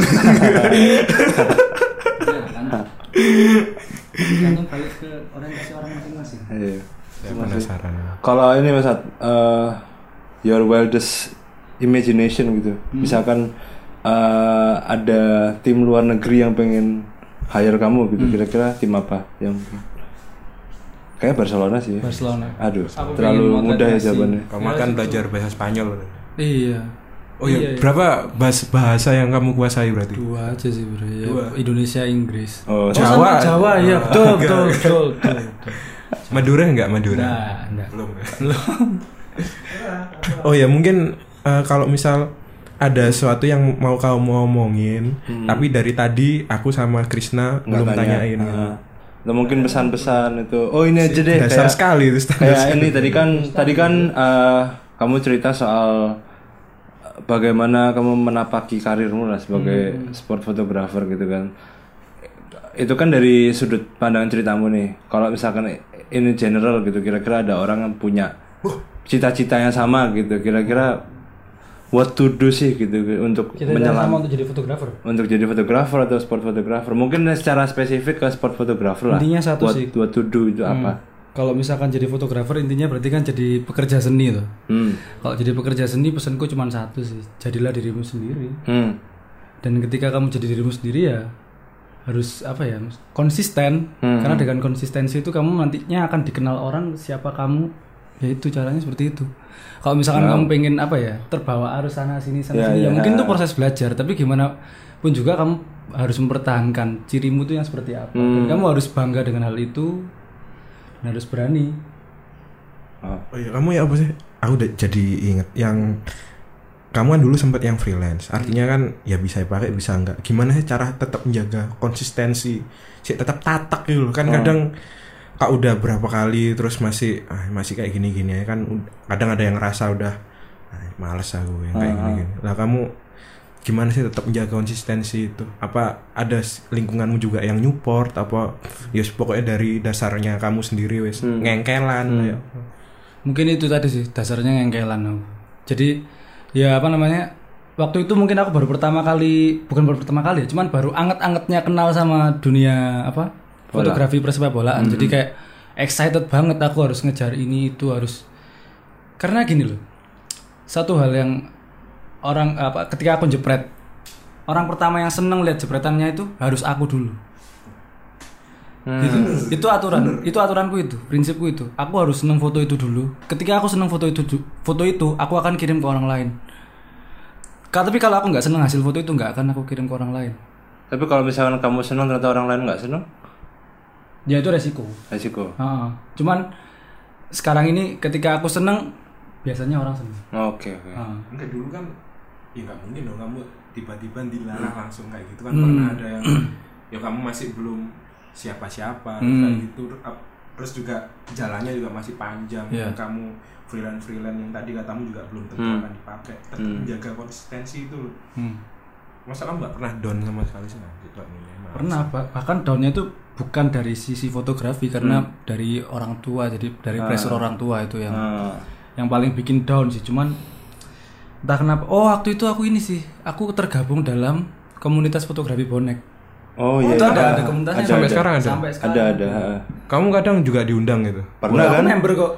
Iya, kan? Tergantung balik ke orientasi orang masing-masing. Iya. Saya penasaran. Kalau ini Mas Ad, uh, your wildest imagination gitu. Hmm. Misalkan uh, ada tim luar negeri yang pengen hire kamu gitu, Hmm. kira-kira tim apa yang kayak Barcelona sih. Barcelona. Aduh, Aku terlalu pengen mudah ya motivasi. jawabannya. Kamu Ya, kan itu. belajar bahasa Spanyol. Iya. Oh iya, Iya, iya. berapa bahasa, bahasa yang kamu kuasai berarti? Dua aja sih bro. Ya, Dua. Indonesia, Inggris. Oh, Oh, Jawa. sama Jawa ya, Ah, betul, enggak. betul, betul, betul, betul. Madura enggak Madura? Nah, enggak. Belum. Belum. Oh ya, mungkin eh, kalau misal ada sesuatu yang mau kamu ngomongin, Hmm. tapi dari tadi aku sama Krisna nggak belum tanya. tanyain. Ah. Atau mungkin pesan-pesan itu. Oh ini aja deh. Dasar kayak- sekali itu. standar Kayak sekali. ini tadi kan tadi kan uh, kamu cerita soal bagaimana kamu menapaki karirmu lah sebagai sport photographer gitu kan. Itu kan dari sudut pandang ceritamu nih. Kalau misalkan ini general gitu, kira-kira ada orang yang punya cita-cita yang sama gitu. Kira-kira what to do sih gitu untuk menyelam untuk jadi fotografer. untuk jadi fotografer atau sport photographer. Mungkin secara spesifik ke sport photographer lah. Intinya satu what, sih. What to do itu apa? Kalau misalkan jadi fotografer intinya berarti kan jadi pekerja seni tuh. Hmm. Kalau jadi pekerja seni pesanku cuma satu sih, jadilah dirimu sendiri. Hmm. Dan ketika kamu jadi dirimu sendiri ya harus apa ya, konsisten. Hmm. Karena dengan konsistensi itu kamu nantinya akan dikenal orang siapa kamu. Ya itu caranya seperti itu. Kalau misalkan Wow. kamu pengen apa ya, terbawa arus sana sini sana Ya, sini, ya, ya. mungkin itu proses belajar. Tapi gimana pun juga kamu harus mempertahankan cirimu itu yang seperti apa. Dan Hmm. kamu harus bangga dengan hal itu. Dan harus berani. Oh. Oh iya, kamu ya apa sih? Aku udah jadi inget yang kamu kan dulu sempat yang freelance. Artinya kan ya bisa dipakai bisa enggak. Gimana sih cara tetap menjaga konsistensi? Sih tetap tatak gitu loh. Kan Oh. kadang kak udah berapa kali terus masih ah, masih kayak gini-gini ya kan ud- kadang ada yang ngerasa udah ah, males aku yang kayak Ah. gini-gini. Lah kamu gimana sih tetap menjaga konsistensi itu? Apa ada s- lingkunganmu juga yang support apa ya pokoknya dari dasarnya kamu sendiri wes Hmm. ngengkelan Hmm. kayak Mungkin itu tadi sih dasarnya ngengkelan aku. Jadi ya apa namanya, waktu itu mungkin aku baru pertama kali, bukan baru pertama kali ya, cuman baru anget-angetnya kenal sama dunia apa Bola. fotografi persepak bolaan. Jadi kayak excited banget aku harus ngejar ini itu harus, karena gini loh, satu hal yang orang apa ketika aku jepret, orang pertama yang seneng lihat jepretannya itu harus aku dulu. Itu, itu aturan, itu aturanku itu, prinsipku itu. Aku harus seneng foto itu dulu. Ketika aku seneng foto itu, foto itu aku akan kirim ke orang lain. Ka- Tapi kalau aku nggak seneng hasil foto itu nggak akan aku kirim ke orang lain. Tapi kalau misalkan kamu senang ternyata orang lain nggak senang, Ya itu resiko. resiko. Ha, cuman sekarang ini ketika aku seneng, biasanya orang seneng. Oke oke. Ha. enggak dulu kan ya nggak mungkin dong kamu tiba-tiba dilarang langsung kayak gitu kan Hmm. pernah ada yang ya kamu masih belum siapa-siapa Hmm. kayak gitu Ap- terus juga jalannya juga masih panjang Iya. kamu freelance freelance yang tadi katamu juga belum tentu Hmm. akan dipakai tetap Hmm. menjaga konsistensi itu loh. Hmm. Masa kamu nggak pernah down sama sekali sih nah, gitu, ini, malas. Pernah bah- bahkan downnya itu bukan dari sisi fotografi karena Hmm. dari orang tua, jadi dari Ah. pressure orang tua itu yang Ah. yang paling bikin down sih. Cuman entah kenapa, oh waktu itu aku ini sih, aku tergabung dalam komunitas fotografi bonek. Oh iya. Itu iya. ada ada komunitasnya Sampai ada. sekarang ada? Sampai sekarang Ada ada. Kamu kadang juga diundang gitu Pernah Aku kan? member kok.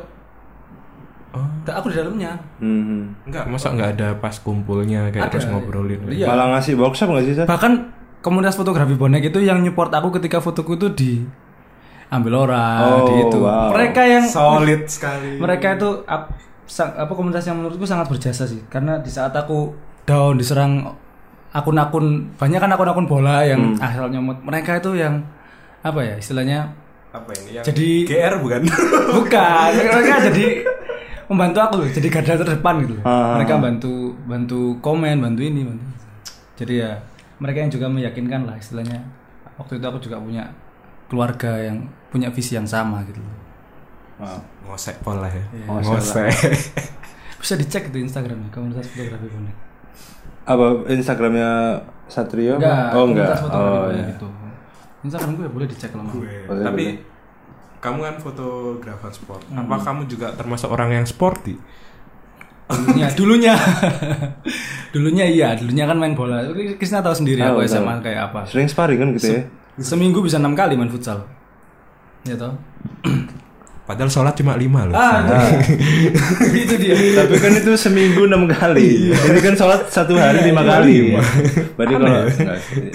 oh Aku di dalamnya. Hmm. enggak masa nggak ada pas kumpulnya kayak Ada, terus ngobrolin iya. Malah ngasih workshop nggak sih, Sat? Bahkan komunitas fotografi bonek itu yang nyupport aku ketika fotoku itu di ambil orang Oh, di itu. wow. Mereka yang solid sekali mereka itu ap- sang, apa komunitas yang menurutku sangat berjasa sih. Karena di saat aku down diserang akun-akun banyak kan akun-akun bola yang hmm. asal nyomot. Mereka itu yang apa ya istilahnya? Apa ini? Yang jadi G R bukan? Bukan. Mereka jadi membantu aku loh. Jadi garda terdepan gitu. Ah. Mereka bantu bantu komen, bantu ini, bantu. Jadi ya mereka yang juga meyakinkan lah istilahnya. Waktu itu aku juga punya keluarga yang punya visi yang sama gitu. Wow. Ngosek pola ya. Yeah. Ngosek. Bisa dicek di Instagramnya komunitas fotografi bonek. Apa Instagramnya Satrio? Enggak, oh enggak. Oh iya. gitu. Instagram gue ya boleh dicek lah. Boleh, boleh. Tapi kamu kan fotografer sport. Hmm. Apa kamu juga termasuk orang yang sporty? Dulunya, dulunya, dulunya iya, dulunya kan main bola. Krisna tahu sendiri Oh, aku S M A tahu. kayak apa. Sering sparring kan gitu ya? Seminggu bisa enam kali main futsal. Ya toh. Padahal sholat cuma lima loh. Ah, itu dia. Tapi kan itu seminggu enam kali. Ini kan sholat satu hari lima kali. Berarti kalau enggak sih.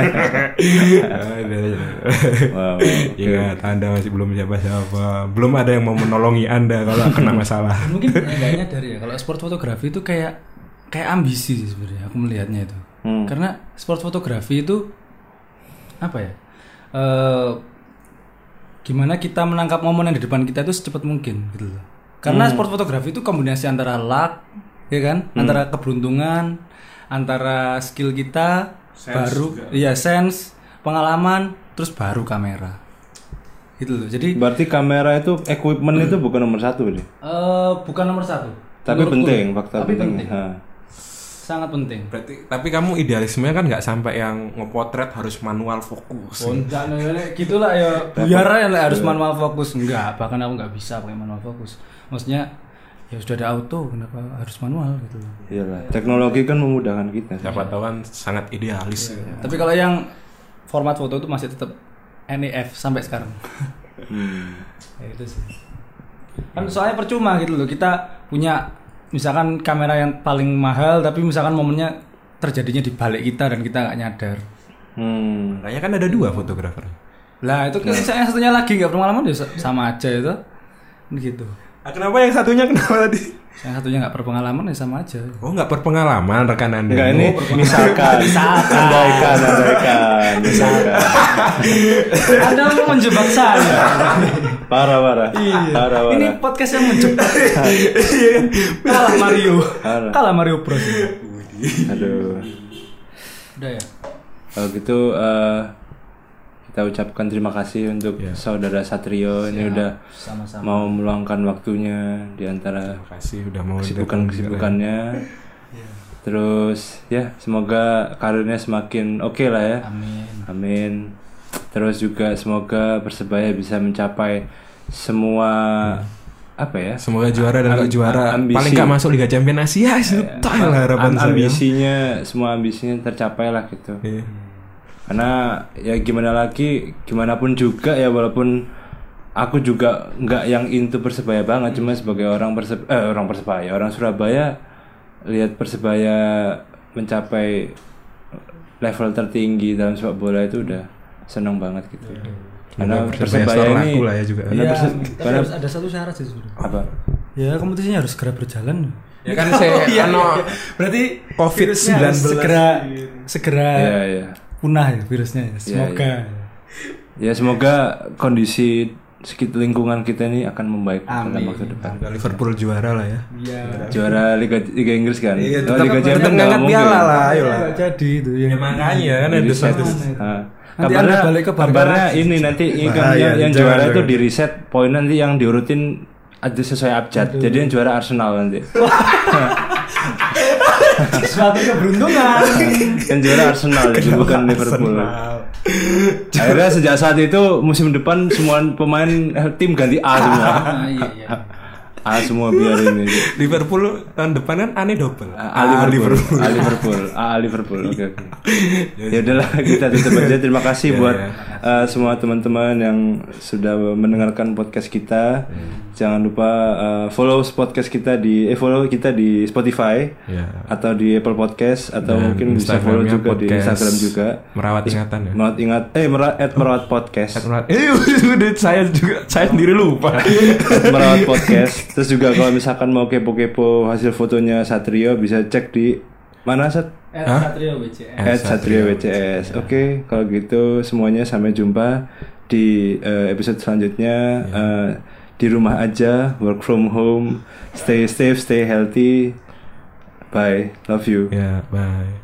Wow. Ingat, Anda masih belum siapa-siapa. Belum ada yang mau menolongi Anda kalau kena masalah. Mungkin enggak nyadar ya kalau sport fotografi itu kayak kayak ambisi sih sebenarnya aku melihatnya itu. Hmm. Karena sport fotografi itu apa ya? Eh gimana kita menangkap momen yang di depan kita itu secepat mungkin gitu loh. Karena hmm. sport fotografi itu kombinasi antara luck, ya kan, hmm. antara keberuntungan, antara skill kita, sense baru, juga. Iya sense, pengalaman, terus baru kamera, gitu loh. Jadi berarti kamera itu equipment itu bukan nomor satu nih? Uh, bukan nomor satu. Tapi penting, faktor tapi penting. penting. Sangat penting. Berarti tapi kamu idealismenya kan nggak sampai yang ngepotret harus manual fokus. Oh, enggak, gitulah ya. Biar ya harus manual fokus. Enggak, bahkan aku nggak bisa pakai manual fokus. Maksudnya ya sudah ada auto, kenapa harus manual gitu. Iyalah, teknologi kan memudahkan kita. Siapa tahu kan sangat idealis. Ya, ya. Tapi kalau yang format foto itu masih tetap N E F sampai sekarang. Hmm. Ya itu sih. Kan soalnya percuma gitu loh. Kita punya misalkan kamera yang paling mahal tapi misalkan momennya terjadinya di balik kita dan kita nggak nyadar. Hmm. Kayaknya kan ada dua fotografer. Lah itu kan yang satunya lagi nggak pengalaman ya sama aja itu. Gitu. Ah, kenapa yang satunya kenapa tadi? Yang satunya nggak berpengalaman ya sama aja. Oh nggak berpengalaman rekan Anda. Enggak ini misalkan. Misalkan. Andaikan, andaikan. Misalkan. Anda mau menjebak saya. Parah parah. Iya. Parah parah. Ini podcast yang menjebak. Kalah Mario. Parah. Kalah Mario Bros. Aduh. Udah ya. Kalau gitu uh, kita ucapkan terima kasih untuk ya. Saudara Satrio ini udah sama-sama mau meluangkan waktunya di antara terima kasih udah mau kesibukan-kesibukannya. Ya. Terus ya semoga karirnya semakin oke okay lah ya. Amin. Amin. Terus juga semoga Persebaya bisa mencapai semua ya. apa ya? Semoga juara dan Am- juara ambisi. Paling nggak masuk Liga Champions Asia itu ya. lah harapan Am- ambisinya saya. Semua ambisinya tercapai lah gitu. Ya. Karena ya gimana lagi, gimana pun juga ya walaupun aku juga nggak yang into Persebaya banget, cuma sebagai orang Persebaya, eh, orang Persebaya, orang Surabaya lihat Persebaya mencapai level tertinggi dalam sepak bola itu udah senang banget gitu. Hmm. Karena Persebaya, Persebaya ini lah ya juga. Karena, ya, perse- karena harus ada satu syarat sih sudah. Apa? Ya kompetisinya harus segera berjalan. Ya kan saya iya, ano iya. Berarti covid sembilan belas segera segera ya, ya. punah ya virusnya ya. Semoga. Ya, ya. ya semoga kondisi sekitar lingkungan kita ini akan membaik dalam waktu depan. Liverpool juara lah ya. Iya. Juara Liga Liga Inggris kan. Iya, oh, Liga Champions ngangkat piala lah, ayo lah. Jadi itu ya. Ya makanya kan ada satu. Kabarnya balik ke kabarnya ini nanti bah, yang, yang juara itu di reset poin nanti yang diurutin ada sesuai abjad. Aduh. Jadi yang juara Arsenal nanti. Suatu keberuntungan. Yang juara Arsenal jadi bukan Liverpool. Akhirnya sejak saat itu musim depan semua pemain tim ganti A semua. Iya, iya. A semua biar ini. Liverpool tahun depan kan aneh double. A Liverpool. A Liverpool. A Liverpool. Oke oke. Ya udahlah kita tutup aja. Terima kasih buat uh, semua teman-teman yang sudah mendengarkan podcast kita. Hmm. Jangan lupa uh, follow podcast kita di eh, follow kita di Spotify ya. Atau di Apple Podcast atau dan mungkin bisa follow juga di Instagram juga. Merawat ingatan ya. Merawat ingat eh merawat at merawat podcast. At merawat. Eh saya juga saya sendiri lupa. Merawat podcast. Terus juga kalau misalkan mau kepo-kepo hasil fotonya Satrio bisa cek di mana Sat? At Satrio W C S. At Satrio W C S. Oke, okay, kalau gitu semuanya sampai jumpa di uh, episode selanjutnya. Ya. Uh, di rumah aja, work from home, stay safe, stay healthy. Bye, love you. Ya, bye.